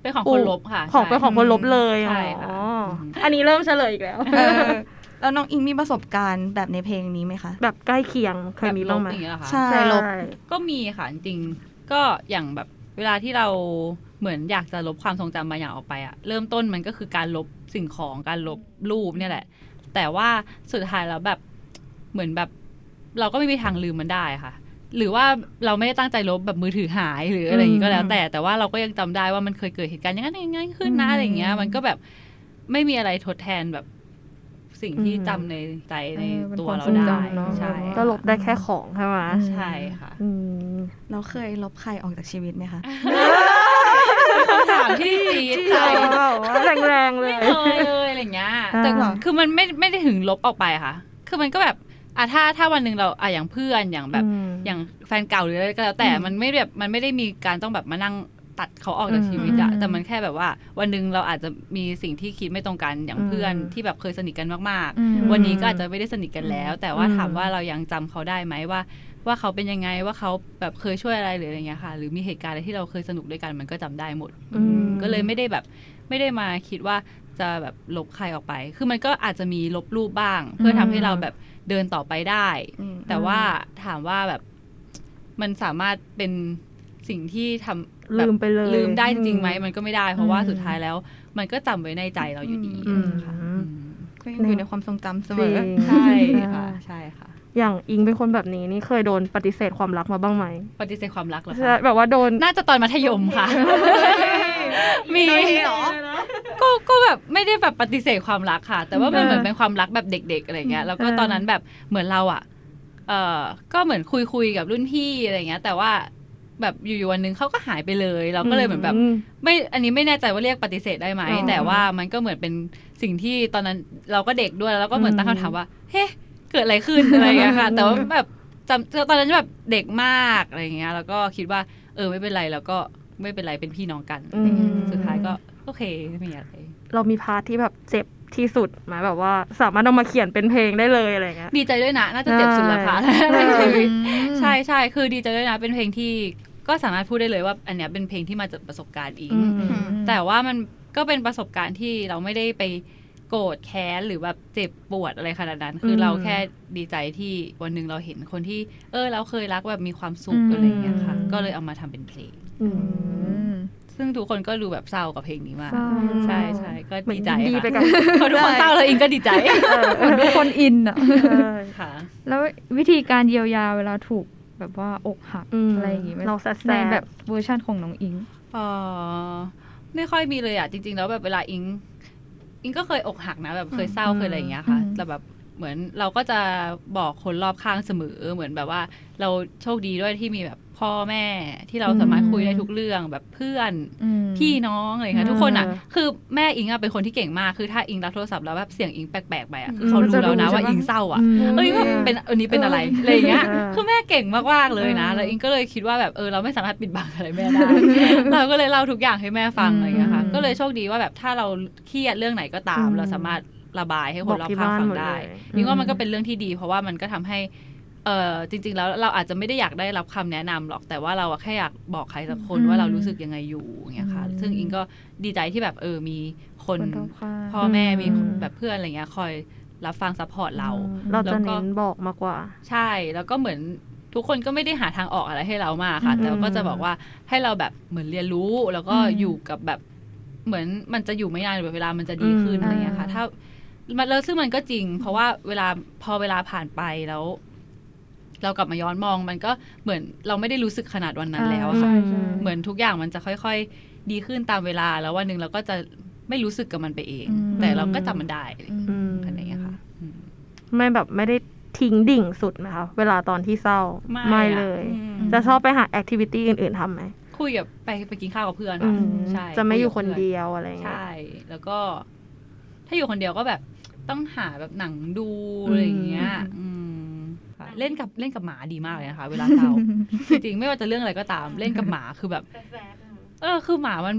เป็นของคนลบค่ะ
ของเป็นของคนลบเลย
ใช่ค่ะ
อันนี้เริ่มเฉลยอีกแล้ว
แล้วน้องอิงมีประสบการณ์แบบในเพลงนี้ไหมคะ
แบบใกล้เคียงเคยมีบ้างไหม
ใช่ลบ
ก็มีค่ะจริงๆก็อย่างแบบเวลาที่เราเหมือนอยากจะลบความทรงจำบางอย่างออกไปอะเริ่มต้นมันก็คือการลบสิ่งของการลบรูปเนี่ยแหละแต่ว่าสุดท้ายแล้วแบบเหมือนแบบเราก็ไม่มีทางลืมมันได้ค่ะหรือว่าเราไม่ได้ตั้งใจลบแบบมือถือหายหรืออะไรอย่างนี้ก็แล้วแต่ว่าเราก็ยังจำได้ว่ามันเคยเกิดเหตุการณ์อย่างนั้นอย่างนั้นขึ้นนะอะไรอย่างเงี้ยมันก็แบบไม่มีอะไรทดแทนแบบสิ่งที่จำในใจในตัวเราได้ใช่
ก็ลบได้แค่ของใช่ไหม
ใช่ค่ะ
เราเคยลบใครออกจากชีวิตไหมคะ
คำถามที่ใจ
แรงๆเลย
ไม่เคยเลยอะไรเงี้ยแต่คือมันไม่ได้ถึงลบออกไปค่ะคือมันก็แบบถ้าวันนึงเราอย่างเพื่อนอย่างแบบอย่างแฟนเก่าหรืออะไรก็แล้วแต่มันไม่แบบมันไม่ได้มีการต้องแบบมานั่งตัดเขาออกจากชีวิตอะแต่มันแค่แบบว่าวันนึงเราอาจจะมีสิ่งที่คิดไม่ตรงกันอย่างเพื่อนที่แบบเคยสนิทกันมากๆวันนี้ก็อาจจะไม่ได้สนิทกันแล้วแต่ว่าถามว่าเรายังจำเขาได้ไหมว่าเขาเป็นยังไงว่าเขาแบบเคยช่วยอะไรหรืออะไรเงี้ยค่ะหรือมีเหตุการณ์อะไรที่เราเคยสนุกด้วยกันมันก็จำได้หมดก็เลยไม่ได้แบบไม่ได้มาคิดว่าจะแบบลบใครออกไปคือมันก็อาจจะมีลบรูปบ้างเพื่อทำให้เราแบบเดินต่อไปได้แต่ว่าถามว่าแบบมันสามารถเป็นสิ่งที่ทำ
ลืมไปเลย
ลืมได้จริงไหมมันก็ไม่ได้เพราะว่าสุดท้ายแล้วมันก็จำไว้ในใจเราอยู่ดีค่ะ
ก็ยังอยู่ในความทรงจำเสมอ
ใช่ค่ะใช่ค่ะ
อย่างอิงเป็นคนแบบนี้นี่เคยโดนปฏิเสธความรักมาบ้างไหม
ปฏิเสธความรักเหรอ
คะแบบว่าโดน
น่าจะตอนมัธยมค่ะมีเหรอก็แบบไม่ได้แบบปฏิเสธความรักค่ะแต่ว่ามันเหมือนเป็นความรักแบบเด็กๆอะไรเงี้ยแล้วก็ตอนนั้นแบบเหมือนเราก็เหมือนคุยกับรุ่นพี่อะไรเงี้ยแต่ว่าแบบอยู่ๆวันนึงเขาก็หายไปเลยเราก็เลยเหมือนแบบไม่อันนี้ไม่แน่ใจว่าเรียกปฏิเสธได้ไหมแต่ว่ามันก็เหมือนเป็นสิ่งที่ตอนนั้นเราก็เด็กด้วยแล้วก็เหมือนตั้งคำถามว่าเฮ้เกิดอะไรขึ้นอะไรเงี้ยค่ะแต่ว่าแบบตอนนั้นแบบเด็กมากอะไรเงี้ยแล้วก็คิดว่าไม่เป็นไรแล้วก็ไม่เป็นไรเป็นพี่น้องกันสุดท้ายก็โอเคไม่มีอะไร
เรามีพาร์ทที่แบบเจ็บที่สุดหมายแบบว่าสามารถเอามาเขียนเป็นเพลงได้เลยอะไรเงี้ย
ดีใจด้วยนะน่าจะเจ็บสุดละค่ะใช่ใช่คือดีใจด้วยนะเป็นเพลงที่ก็สามารถพูดได้เลยว่าอันเนี้ยเป็นเพลงที่มาจากประสบการณ์อิงแต่ว่ามันก็เป็นประสบการณ์ที่เราไม่ได้ไปโกรธแค้นหรือแบบเจ็บปวดอะไรขนาดนั้นคือเราแค่ดีใจที่วันนึงเราเห็นคนที่เราเคยรักแบบมีความสุขอะไรอย่างเงี้ยค่ะก็เลยเอามาทำเป็นเพลงซึ่งทุกคนก็ดูแบบเศร้ากับเพลงนี้มากใช่ใช่ก็ดีใจค่ะพอทุกคนเศร้าแล้วอิงก็ดีใจ
ทุกคนอินอ่ะ
ค่ะ
แล้ววิธีการเยียวยาเวลาถูกแบบว่าอกหักอะไรอย่างงี้ในแบบเวอร์ชันของน้องอิง
ไม่ค่อยมีเลยอ่ะจริงๆแล้วแบบเวลาอิงก็เคยอกหักนะแบบเคยเศร้าเคยอะไรอย่างเงี้ยค่ะแต่แบบเหมือนเราก็จะบอกคนรอบข้างเสมอเหมือนแบบว่าเราโชคดีด้วยที่มีแบบพ่อแม่ที่เราสามารถคุยได้ทุกเรื่องแบบเพื่อนพี่น้องอะไรค่ะทุกคนอ่ะคือแม่อิงเป็นคนที่เก่งมากคือถ้าอิงรับโทรศัพท์แล้วแบบเสียงอิงแปลกๆไปอ่ะคือเขารู้แล้วนะว่าอิงเศร้าอ่ะแบบเป็นอันนี้เป็นอะไรอะไรอย่างเงี้ยคือแม่เก่งมากๆเลยนะแล้วอิงก็เลยคิดว่าแบบเราไม่สามารถปิดบังอะไรแม่ได้เราก็เลยเล่าทุกอย่างให้แม่ฟังอะไรอย่างเงี้ยค่ะก็เลยโชคดีว่าแบบถ้าเราเครียดเรื่องไหนก็ตามเราสามารถระบายให้คนรอบข้างฟังได้อิงว่ามันก็เป็นเรื่องที่ดีเพราะว่ามันก็ทำให้จริงๆแล้วเราอาจจะไม่ได้อยากได้รับคำแนะนำหรอกแต่ว่าเราแค่อยากบอกใครสักคนว่าเรารู้สึกยังไงอยู่อย่างเงี้ยค่ะซึ่งอิงก็ดีใจที่แบบมีคนพ่อแม่มีแบบเพื่อนอะไรเงี้ยคอยรับฟังซัพพอร์ตเรา
จะเน้นบอกมากกว่า
ใช่แล้วก็เหมือนทุกคนก็ไม่ได้หาทางออกอะไรให้เรามากค่ะแต่ก็จะบอกว่าให้เราแบบเหมือนเรียนรู้แล้วก็อยู่กับแบบเหมือนมันจะอยู่ไม่นานเวลามันจะดีขึ้นอะไรเงี้ยค่ะถ้าแล้วซึ่งมันก็จริงเพราะว่าพอเวลาผ่านไปแล้วเรากลับมาย้อนมองมันก็เหมือนเราไม่ได้รู้สึกขนาดวันนั้นแล้วค่ะเหมือนทุกอย่างมันจะค่อยๆดีขึ้นตามเวลาแล้ววันนึงเราก็จะไม่รู้สึกกับมันไปเองแต่เราก็จำมันได้อะไรอย่างเงี้ยค่ะ
ไม่แบบไม่ได้ทิ้งดิ่งสุดนะคะเวลาตอนที่เศร้าไม่เลยจะชอบไปหาแอคทิวิตี้อื่นๆทำไหม
คุยกับไปกินข้าวกับเพื่อนค่ะใช่
จะไม่อยู่คนเดียวอะไรเงี้ย
ใช่แล้วก็ถ้าอยู่คนเดียวก็แบบต้องหาแบบหนังดูอะไรอย่างเงี้ยเล่นกับหมาดีมากเลยนะคะเวลาเศร้าจริงๆไม่ว่าจะเรื่องอะไรก็ตามเล่นกับหมาคือแบบคือหมามันแบบ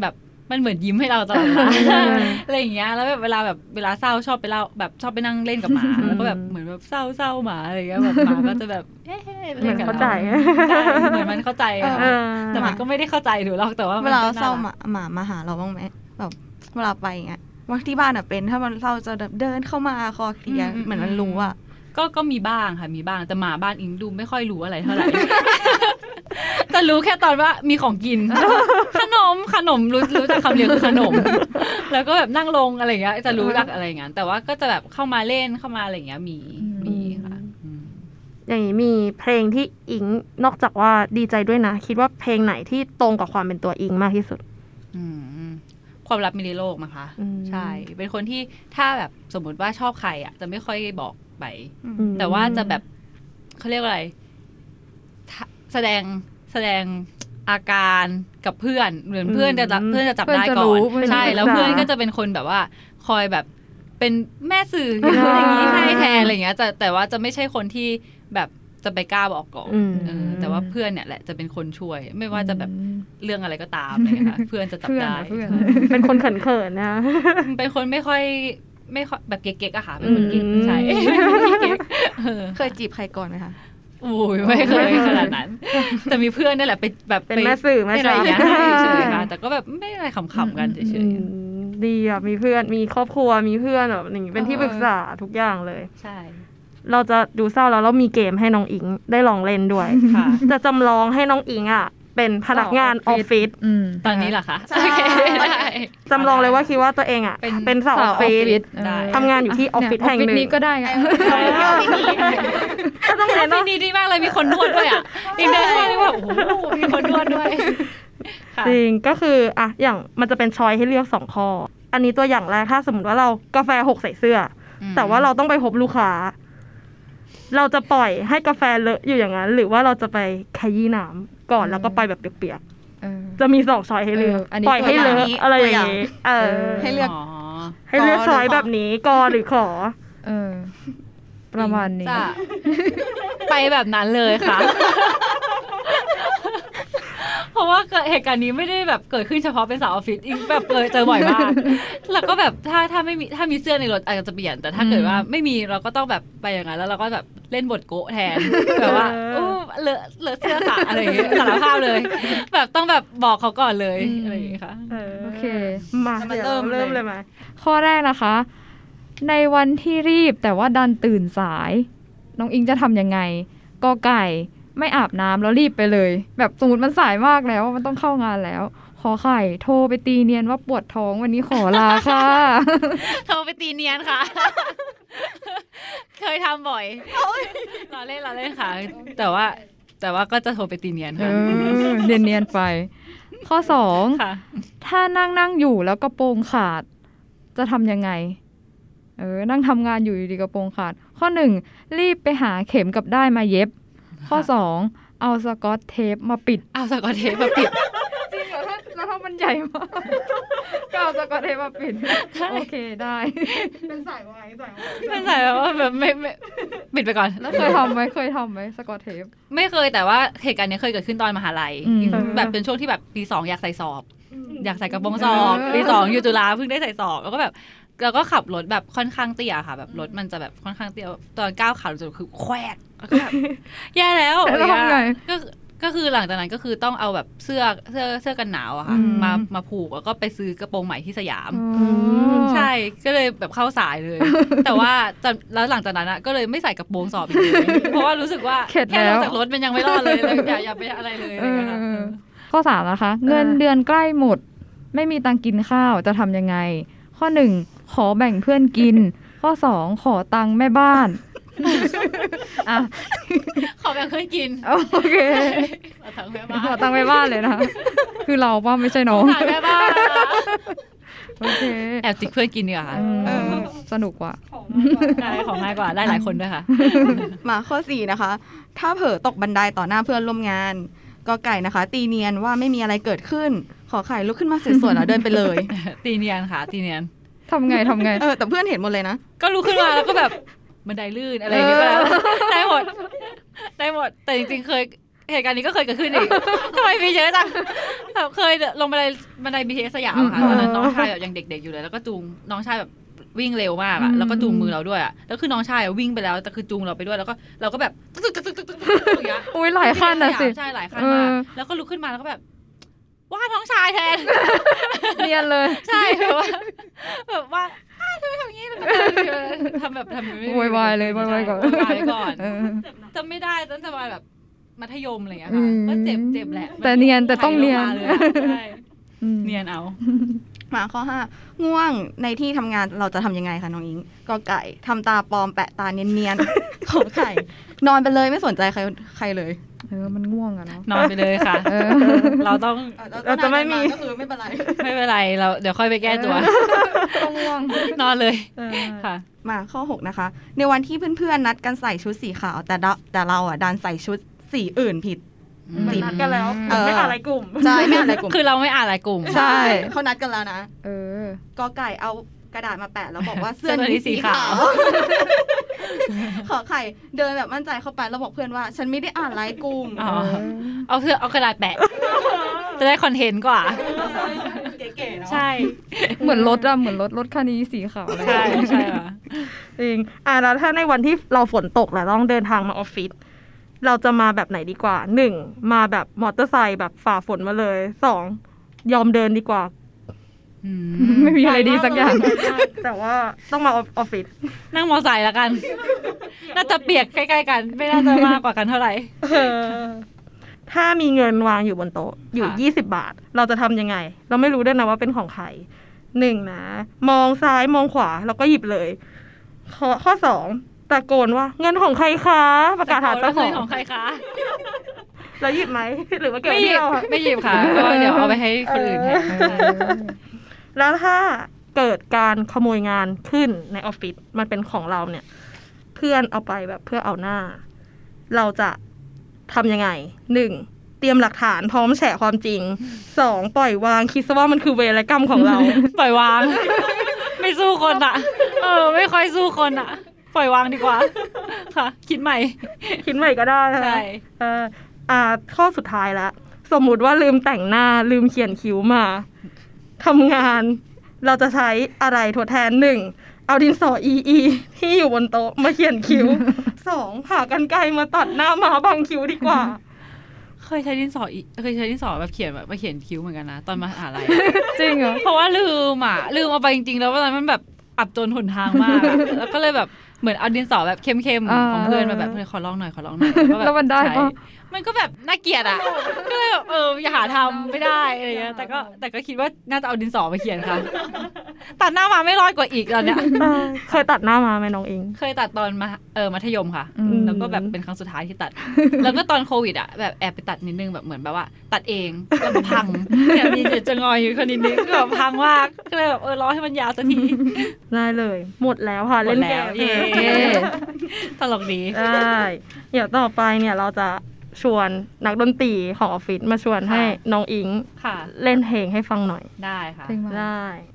มันเหมือนยิ้มให้เราตลอดเวลาอะไรอย่างเงี้ยแล้วแบบเวลาเศร้าชอบไปเล่าแบบชอบไปนั่งเล่นกับหมาแล้วก็แบบเหมือนแบบเศร้าหมาอะไรอย่างเงี้ยแบบหมาก็จะแบบ
เหมือนเข้าใจ
เหมือนมันเข้าใจแต่มันก็ไม่ได้เข้าใจหรือหรอกแต่ว่า
เวลาเศร้าหมามาหาเราบ้างไหมแบบเวลาไปอย่างเงี้ยว่าที่บ้านเป็นถ้ามันเศร้าจะเดินเข้ามาคอเคลียร์เหมือนมันรู้อ่ะ
ก็มีบ้างค่ะมีบ้างแต่หมาบ้านอิงดูไม่ค่อยรู้อะไรเท่าไหร่แต่รู้แค่ตอนว่ามีของกินขนมรู้จักคำเดียวคือขนมแล้วก็แบบนั่งลงอะไรอย่างเงี้ยจะรู้จักอะไรอย่างเงี้ยแต่ว่าก็จะแบบเข้ามาเล่นเข้ามาอะไรอย่างเงี้ยมีค่ะ
อย่างนี้มีเพลงที่อิงนอกจากว่าดีใจด้วยนะคิดว่าเพลงไหนที่ตรงกับความเป็นตัวอิงมากที่สุด
ความลับมีในโลกมั้งคะใช่เป็นคนที่ถ้าแบบสมมติว่าชอบใครอ่ะจะไม่ค่อยบอกไปแต่ว่าจะแบบเขาเรียกว่าอะไรแสดงอาการกับเพื่อนเหมือนเพื่อนจะจับได้ก่อนใช่แล้วเพื่อนก็จะเป็นคนแบบว่าคอยแบบเป็นแม่สื่ออย่างนี้ให้แทนอะไรเงี้ยแต่ว่าจะไม่ใช่คนที่แบบจะไปกล้าบอกก่อนแต่ว่าเพื่อนเนี่ยแหละจะเป็นคนช่วยไม่ว่าจะแบบเรื่องอะไรก็ตามเลยค่ะเพื่อนจะจับได้
เป็นคนเขินๆนะ
เป็นคนไม่ค่อยแบบเก๊กๆอะค่ะเป็นคนเก๊กใช่
เคยจีบใครก่อนไหมคะ
โอ้ยไม่เคยขนาดนั้นแต่มีเพื่อนนี่แหละไปแบบ
เป็นแม่สื่อแม่
อะไรอย่างเงี้ยเฉยๆค่ะแต่ก็แบบไม่อะไรขำๆกันเฉย
ๆดีอ่ะมีเพื่อนมีครอบครัวมีเพื่อนแบบอย่างนี้เป็นที่ปรึกษาทุกอย่างเลย
ใช่
เราจะดูเศร้าแล้วเรามีเกมให้น้องอิงได้ลองเล่นด้วยจะจำลองให้น้องอิงอ่ะเป็นพนักงานออฟฟิศ
ตอนนี้เหรอคะ
จำลองเลยว่าคิดว่าตัวเองอ่ะเป็นสาวออฟฟิศทำงานอยู่ที่ออฟฟิศแห่งหนึ่ง
นี้ก็ได้ไง
ก็ต้องเห็นว่า
นี่ดีมากเลยมีคนนวดด้วยอ่ะอีกเดินเข้าไปแบบโอ้โหมีคนนวดด้วย
จริงก็คืออ่ะอย่างมันจะเป็นช้อยให้เลือก2ข้ออันนี้ตัวอย่างแรกถ้าสมมติว่าเรากาแฟหกใส่เสื้อแต่ว่าเราต้องไปพบลูกค้าเราจะปล่อยให้กาแฟเลอะอยู่อย่างนั้นหรือว่าเราจะไปขยี้น้ำก่อนแล้วก็ไปแบบเปียกๆจะมี2ช้อยให้เลือกปล่อยให้เลอะอะไรอย่างนี้
ให้เลือก
ช้อยแบบนี้กอหรือขอ
ประมาณนี้
ไปแบบนั้นเลยค่ะเพราะว่าเหตุการณ์นี้ไม่ได้แบบเกิดขึ้นเฉพาะเป็นสาวออฟฟิศอีกแบบเจอบ่อยมากแล้วก็แบบถ้าไม่มีถ้ามีเสื้อในรถอาจจะเปลี่ยนแต่ถ้าเกิดว่าไม่มีเราก็ต้องแบบไปอย่างนั้นแล้วเราก็แบบเล่นบทโกะแทนแบบว่าเลอะเสื้อค่ะอะไรอย่างเงี้ยสารภาพเลยแบบต้องแบบบอกเขาก่อนเลยอะไรอย่างเงี้ยค่ะ
โอเค
มาเริ่มเลยไหม
ข้อแรกนะคะในวันที่รีบแต่ว่าดันตื่นสายน้องอิงจะทำยังไงกอไก่ไม่อาบน้ำแล้วรีบไปเลยแบบสมมติมันสายมากแล้วมันต้องเข้างานแล้วขอไข่โทรไปตีเนียนว่าปวดท้องวันนี้ขอลาค่ะ
โทรไปตีเนียนค่ะเคยทำบ่อยเราเล่นค่ะแต่ว่าก็จะโทรไปตีเนียนค่ะ
เนียนไปข้อ2ถ้านั่งอยู่แล้วกระโปรงขาดจะทำยังไงนั่งทำงานอยู่ดีกระโปรงขาดข้อ1รีบไปหาเข็มกับด้ายมาเย็บข้อ2เอาสกอตเทปมาปิด
เอาสกอตเทปมาปิด
จริงเหรอแล้วถ้ามันใหญ่มากก็เอาสกอตเทปมาปิดโอเคได้
เป็นสายไว้
เป็นสายว่าแบบไม่ปิดไปก่อน
แล้วเคยทำไหมสกอตเทป
ไม่เคยแต่ว่าเหตุการณ์นี้เคยเกิดขึ้นตอนมหาลัยแบบเป็นช่วงที่แบบปี2อยากใส่สอบอยากใส่กระโปรงสอบปี2อยู่จุฬาเพิ่งได้ใส่สอบแล้วก็แบบเราก็ขับรถแบบค่อนข้างเตี้ยค่ะแบบรถมันจะแบบค่อนข้างเตี้ยตอนก้าวขาจะคือแควกแบบแย่แล้วก็คือหลังจากนั้นก็คือต้องเอาแบบเสื้อกันหนาวอะค่ะมาผูกแล้วก็ไปซื้อกระโปรงใหม่ที่สยามใช่ก็เลยแบบเข้าสายเลยแต่ว่าแล้วหลังจากนั้นก็เลยไม่ใส่กระโปรงสอบอีกเลยเพราะว่ารู้สึกว่าแค่ลงจากรถมันยังไม่รอดเลยอย่าไปอะไรเลย
ข้อ3นะคะเงินเดือนใกล้หมดไม่มีตังกินข้าวจะทำยังไงข้อ1ขอแบ่งเพื่อนกินข้อ2ขอตังแม่บ้าน
ขอแบ่งเพื่อนกิน
โอเคขอตังแม่บ้านเลยนะคือเราว่าไม่ใช่น้อง
แม่บ้าน
โอเค
แอบจิกเพื่อนกินดีกว่า
สนุกกว่า
ของง่ายกว่าได้หลายคนด้วยค่ะ
มาข้อ4นะคะถ้าเผลอตกบันไดต่อหน้าเพื่อนร่วมงานกอไก่นะคะตีเนียนว่าไม่มีอะไรเกิดขึ้นขอไข่ลุกขึ้นมาสวยๆแล้วเดินไปเลย
ตีเนียนค่ะตีเนียน
ทำไง
แต่เพื่อนเห็นหมดเลยนะ
ก็ลุกขึ้นมาแล้วก็แบบบันไดลื่นอะไรอย่างเงี้ยได้หมดแต่จริงๆเหตุการณ์นี้ก็เคยเกิดขึ้นอีกทำไมมีเยอะจังแบบเคยลงบันได BTS สยามค่ะตอนนั้นน้องชายแบบยังเด็กๆอยู่เลยแล้วก็จูงน้องชายแบบวิ่งเร็วมากอ่ะแล้วก็จูงมือเราด้วยอ่ะแล้วคือน้องชายวิ่งไปแล้วแต่คือจูงเราไปด้วยแล้วก็เราก็แบบตึกอย่างเงี้ย
อุ้ยหลายขั้นนะสิ
ใช่หลายขั้นมากแล้วก็ลุกขึ้นมาแล้วก็แบบว่าน้องชายแทน
เนียนเลย
ใช่แบบว่าทำไมทำอย่างนี้ทำแบบทำ
วายเลยก่อน
จำไม่ได้ตั้งแต่แบบมัธยมอะไรอย่างเงี้ยค่ะก็เจ็บแหละ
แต่เนียนแต่ต้องเนียน
ใช่เนียนเอา
มาข้อ5ง่วงในที่ทำงานเราจะทำยังไงคะน้องอิงกอไก่ทำตาปลอมแปะตาเนียนๆขอไข่นอนไปเลยไม่สนใจใครเลย
มันง่วงอะเนาะ
นอนไปเลยค่ะ
เราจะไม่มีก็คือไม่เป็น
ไรเราเดี๋ยวค่อยไปแก้ตัว
ต้องง่วง
นอนเลยค่ะ
มาข้อ6นะคะในวันที่เพื่อนๆนัดกันใส่ชุดสีขาวแต่เราอ่ะดันใส่ชุดสีอื่นผิด
นัดกันแล้วไม่อ่านรายกลุ่ม
ใช่ไม่อ่านรายกลุ่ม
คือเราไม่อ่านรายกลุ่ม
ใช่เขานัดกันแล้วนะกอไก่เอากระดาษมาแปะแล้วบอกว่าเสื้อนี้สีขาวขอไข่เดินแบบมั่นใจเข้าไปแล้วบอกเพื่อนว่าฉันไม่ได้อ่านรายกลุ่ม
เอากระดาษแปะจะได้คอนเทนต์กว่า
เก๋ๆเนาะ
ใช่
เหมือนรถคันนี้สีขาว
ใช่ค่ะ
จริงแล้วถ้าในวันที่เราฝนตกแล้วต้องเดินทางมาออฟฟิศเราจะมาแบบไหนดีกว่า1มาแบบมอเตอร์ไซค์แบบฝ่าฝนมาเลย2ยอมเดินดีกว่า
ไม่มีอะไรดีสักอย่าง
แต่ว่าต้องมาออฟฟิศ
นั่งมอไซค์ละกันน่าจะเปียกใกล้ๆกันไม่น่าจะมากกว่ากันเท่าไหร่
ถ้ามีเงินวางอยู่บนโต๊ะอยู่20 บาทเราจะทำยังไงเราไม่รู้ด้วยนะว่าเป็นของใคร1นะมองซ้ายมองขวาแล้วก็หยิบเลยข้อ2ตะโกนว่าเงินของใครคะประกาศหาเจ้า
ของใครคะ
แล้วหยิบไหมหรือว่าเก็บไว้ที่เรา
ไม่หยิบค่ะก็เดี๋ยวเอาไปให้คนอื่นแทน
แล้วถ้าเกิดการขโมยงานขึ้นในออฟฟิศมันเป็นของเราเนี่ยเพื่อนเอาไปแบบเพื่อเอาหน้าเราจะทำยังไง1เตรียมหลักฐานพร้อมแฉความจริง2ปล่อยวางคิดซะว่ามันคือเวรกรรมของเรา
ปล่อยวางไม่สู้คนอ่ะไม่ค่อยสู้คนอ่ะปล่อยวางดีกว่าค่ะคิดใหม่
ก็ได้
ใช่
ข้อสุดท้ายละสมมุติว่าลืมแต่งหน้าลืมเขียนคิ้วมาทำงานเราจะใช้อะไรทดแทน1เอาดินสออีที่อยู่บนโต๊ะมาเขียนคิ้ว2หากรรไกรมาตัดหน้ามาบังคิ้วดีกว่า
เคยใช้ดินสอแบบเขียนแบบมาเขียนคิ้วเหมือนกันนะตอนมหาลัย
จริงเหรอ
เพราะว่าลืมเอาไปจริงๆแล้วตอนนั้นมันแบบอับจนหนทางมากแล้วก็เลยแบบเหมือนเอาดินสอแบบเข้มๆของเพื่อนมาแบบเพื่อนขอลองหน่อย
แล้วมันได้ปะ
มันก็แบบน่าเกลียดอ่ะก็เลยแบบอย่าหาทำไม่ได้อะไรเงี้ยแต่ก็คิดว่าน่าจะเอาดินสอมาเขียนค่ะตัดหน้ามาไม่รอดกว่าอีกตอนเนี้ย
เคยตัดหน้ามาไหมน้องอิง
เคยตัดตอนมัธยมค่ะแล้วก็แบบเป็นครั้งสุดท้ายที่ตัดแล้วก็ตอนโควิดอ่ะแบบแอบไปตัดนิดนึงแบบเหมือนแบบว่าตัดเองแล้วพังเนี่ยมีจะงอยอยู่คนนิดนึงก็แบบพังมากก็เลยแบบรอให้มันยาวสักที
ได้เลยหมดแล้วค่ะเล่นเกม
ตลกดี
ได้เดี๋ยวต่อไปเนี่ยเราจะชวนนักดนตรีของออฟฟิศมาชวนให้น้องอิงเล่นเพลงให้ฟังหน่อย
ได้ค่ะ
ได้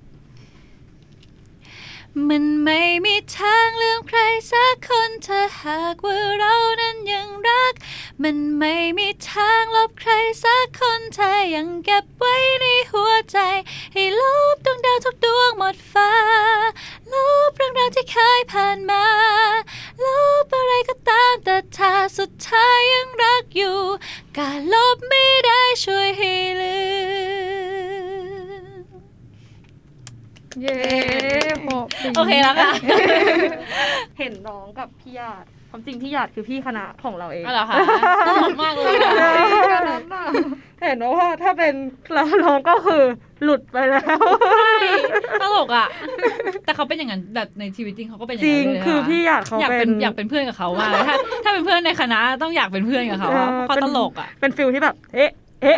มันไม่มีทางลืมใครสักคนถ้าหากว่าเรานั้นยังรักมันไม่มีทางลบใครสักคนถ้ายังเก็บไว้ในหัวใจให้ลบดวงดาวทุกดวงหมดฟ้าลบเรื่องราวที่เคยผ่านมาลบอะไรก็ตามแต่ถ้าสุดท้ายยังรักอยู่การลบไม่ได้ช่วยให้ลืม
เย้
โอเคแล้วค่ะ
เห็นน้องกับพี่หยาดความจริงพี่หยาดคือพี่คณะของเราเอง
อ๋อเหรอคะตลกมากเลย
เห็นว่าถ้าเป็นเราน้องก็คือหลุดไปแล้ว
ตลกอ่ะแต่เขาเป็นอย่างนั้นแบบในชีวิตจริงเขาก็เป็นอย่าง
นั้นเลยคือพี่หยาดเขา
อยากเป็นเพื่อนกับเขามากถ้าเป็นเพื่อนในคณะต้องอยากเป็นเพื่อนกับเขาเพราะเขาตลกอ่ะ
เป็นฟิลที่แบบเอ๊ะ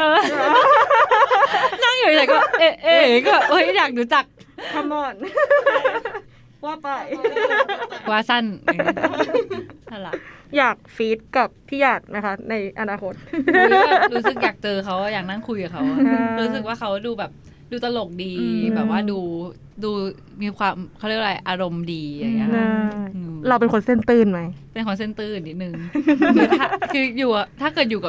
นั่งอยู่เฉยๆก็เอ๊ะก็เฮ้ยอยากรู้จัก
Come on ว่าไป
ว่าสั้นอะไร
อยากฟีดกับพี่หยาดไหมคะในอนาคต
รู้สึกอยากเจอเขาอยากนั่งคุยกับเขารู้สึกว่าเขาดูแบบดูตลกดีแบบว่าดูมีความเขาเรียกอะไรอารมณ์ดีอย่างเงี้ย
เราเป็นคนเส้นตื้นไหม
เป็นคนเส้นตื้นนิดนึงคืออยู่ถ้าเกิดอยู่กับ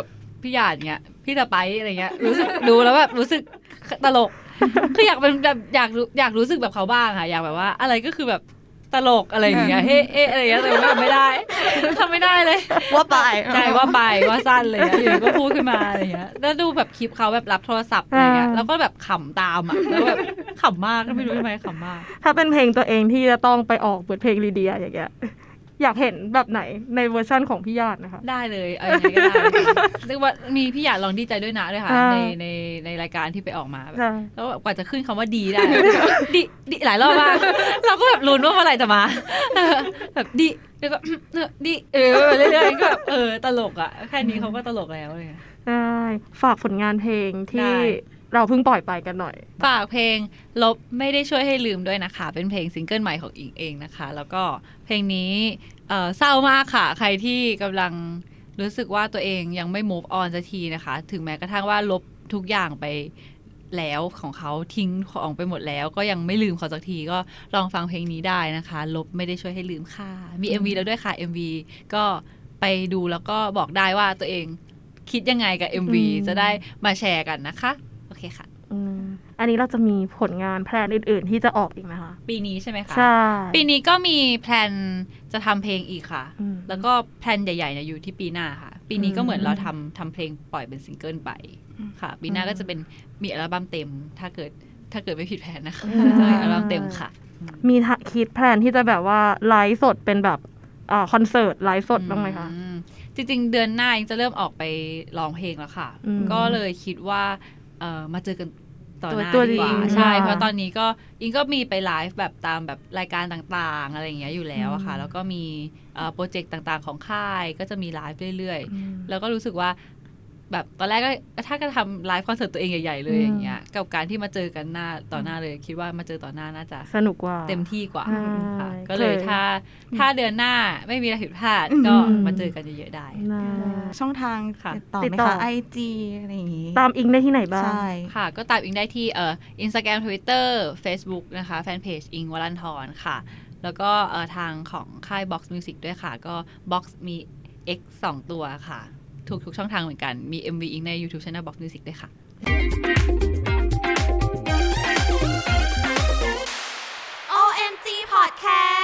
พี่หยาดเงี้ยพี่ตะไปอะไรเงี้ยรู้สึกดูแล้วแบบรู้สึกตลกคืออยากเป็นแบบอยากรู้สึกแบบเขาบ้างค่ะอยากแบบว่าอะไรก็คือแบบตลกอะไรอย่างเงี้ยเฮ้อะไรอย่างเงี้ยแต่ว่าไม่ได้ทำไม่ได้เลย
ว่าไป
ใช่ว่าไปว่าสั้นเลยอยู่ก็พูดขึ้นมาอะไรเงี้ยแล้วดูแบบคลิปเขาแบบรับโทรศัพท์อะไรเงี้ยแล้วก็แบบขำตามอ่ะแล้วแบบขำมากไม่รู้ทำไมขำมาก
ถ้าเป็นเพลงตัวเองที่จะต้องไปออกเปิดเพลงลีเดียอย่างเงี้ยอยากเห็นแบบไหนในเวอร์ชั่นของพี่หยาดนะคะ
ได้เลยเอาอย่างนี้ก็ได้เรียกว่ามีพี่หยาดลองดีใจด้วยนะด้วยค่ะในรายการที่ไปออกมาแล้วกว่าจะขึ้นคำว่าดีได้ดีหลายรอบมากเราก็แบบลุ้นว่าเมื่อไหร่จะมาแบบดีแล้วก็ดีเรื่อยๆก็แบบตลกอ่ะแค่นี้เขาก็ตลกแล้วเลย
ได้ฝากผลงานเพลงที่เราเพิ่งปล่อยไปกันหน่อย
ฝากเพลงลบไม่ได้ช่วยให้ลืมด้วยนะคะเป็นเพลงซิงเกิลใหม่ของอิงเองนะคะแล้วก็เพลงนี้เศร้ามากค่ะใครที่กำลังรู้สึกว่าตัวเองยังไม่ move on สักทีนะคะถึงแม้กระทั่งว่าลบทุกอย่างไปแล้วของเขาทิ้งของไปหมดแล้วก็ยังไม่ลืมเขาสักทีก็ลองฟังเพลงนี้ได้นะคะลบไม่ได้ช่วยให้ลืมค่ะมี MV แล้วด้วยค่ะ MV ก็ไปดูแล้วก็บอกได้ว่าตัวเองคิดยังไงกับ MV จะได้มาแชร์กันนะคะโอเคค่ะ
อันนี้เราจะมีผลงานแพลนอื่นๆที่จะออกอีกไหมคะ
ปีนี้ใช่ไหมคะ
ใช่
ปีนี้ก็มีแพลนจะทำเพลงอีกค่ะแล้วก็แพลนใหญ่ๆเนี่ยอยู่ที่ปีหน้าค่ะปีนี้ก็เหมือนเราทำเพลงปล่อยเป็นซิงเกิลไปค่ะปีหน้าก็จะเป็นมีอัลบั้มเต็มถ้าเกิดไม่ผิดแผนนะคะจะมีอัลบั้มเต็มค่ะ
มีคิดแพลนที่จะแบบว่าไลฟ์สดเป็นแบบคอนเสิร์ตไลฟ์สดบ้างไหมคะ
จริงๆเดือนหน้าจะเริ่มออกไปร้องเพลงแล้วค่ะก็เลยคิดว่ามาเจอกันต่อหน้าดีกว่าใช่เพราะตอนนี้ก็อิงก็มีไปไลฟ์แบบตามแบบรายการต่างๆอะไรอย่างเงี้ยอยู่แล้วอะค่ะแล้วก็มีโปรเจกต์ต่างๆของค่ายก็จะมีไลฟ์เรื่อยๆแล้วก็รู้สึกว่าแบบตอนแรกก็ถ้าก็ทำไลฟ์คอนเสิร์ตตัวเองใหญ่ๆเลยอย่างเงี้ยกับการที่มาเจอกันหน้าต่อหน้าเลยคิดว่ามาเจอต่อหน้าน่าจะ
สนุกกว่า
เต็มที่กว่าค่ะก็เลยถ้าเดือนหน้าไม่มีอะไรผิดพลาดก็มาเจอกันเยอะๆได้
ช่องทางติดต่อ IG อะไรอย่างงี้
ตามอิงได้ที่ไหนบ้าง
ใช่ค่ะก็ตามอิงได้ที่Instagram Twitter Facebook นะคะแฟนเพจอิงวรันธรค่ะแล้วก็ทางของค่าย Box Music ด้วยค่ะก็ Box มี X 2 ตัวค่ะทุกช่องทางเหมือนกันมี MV อิงใน YouTube Channel Box Music ด้วยค่ะ
OMG Podcast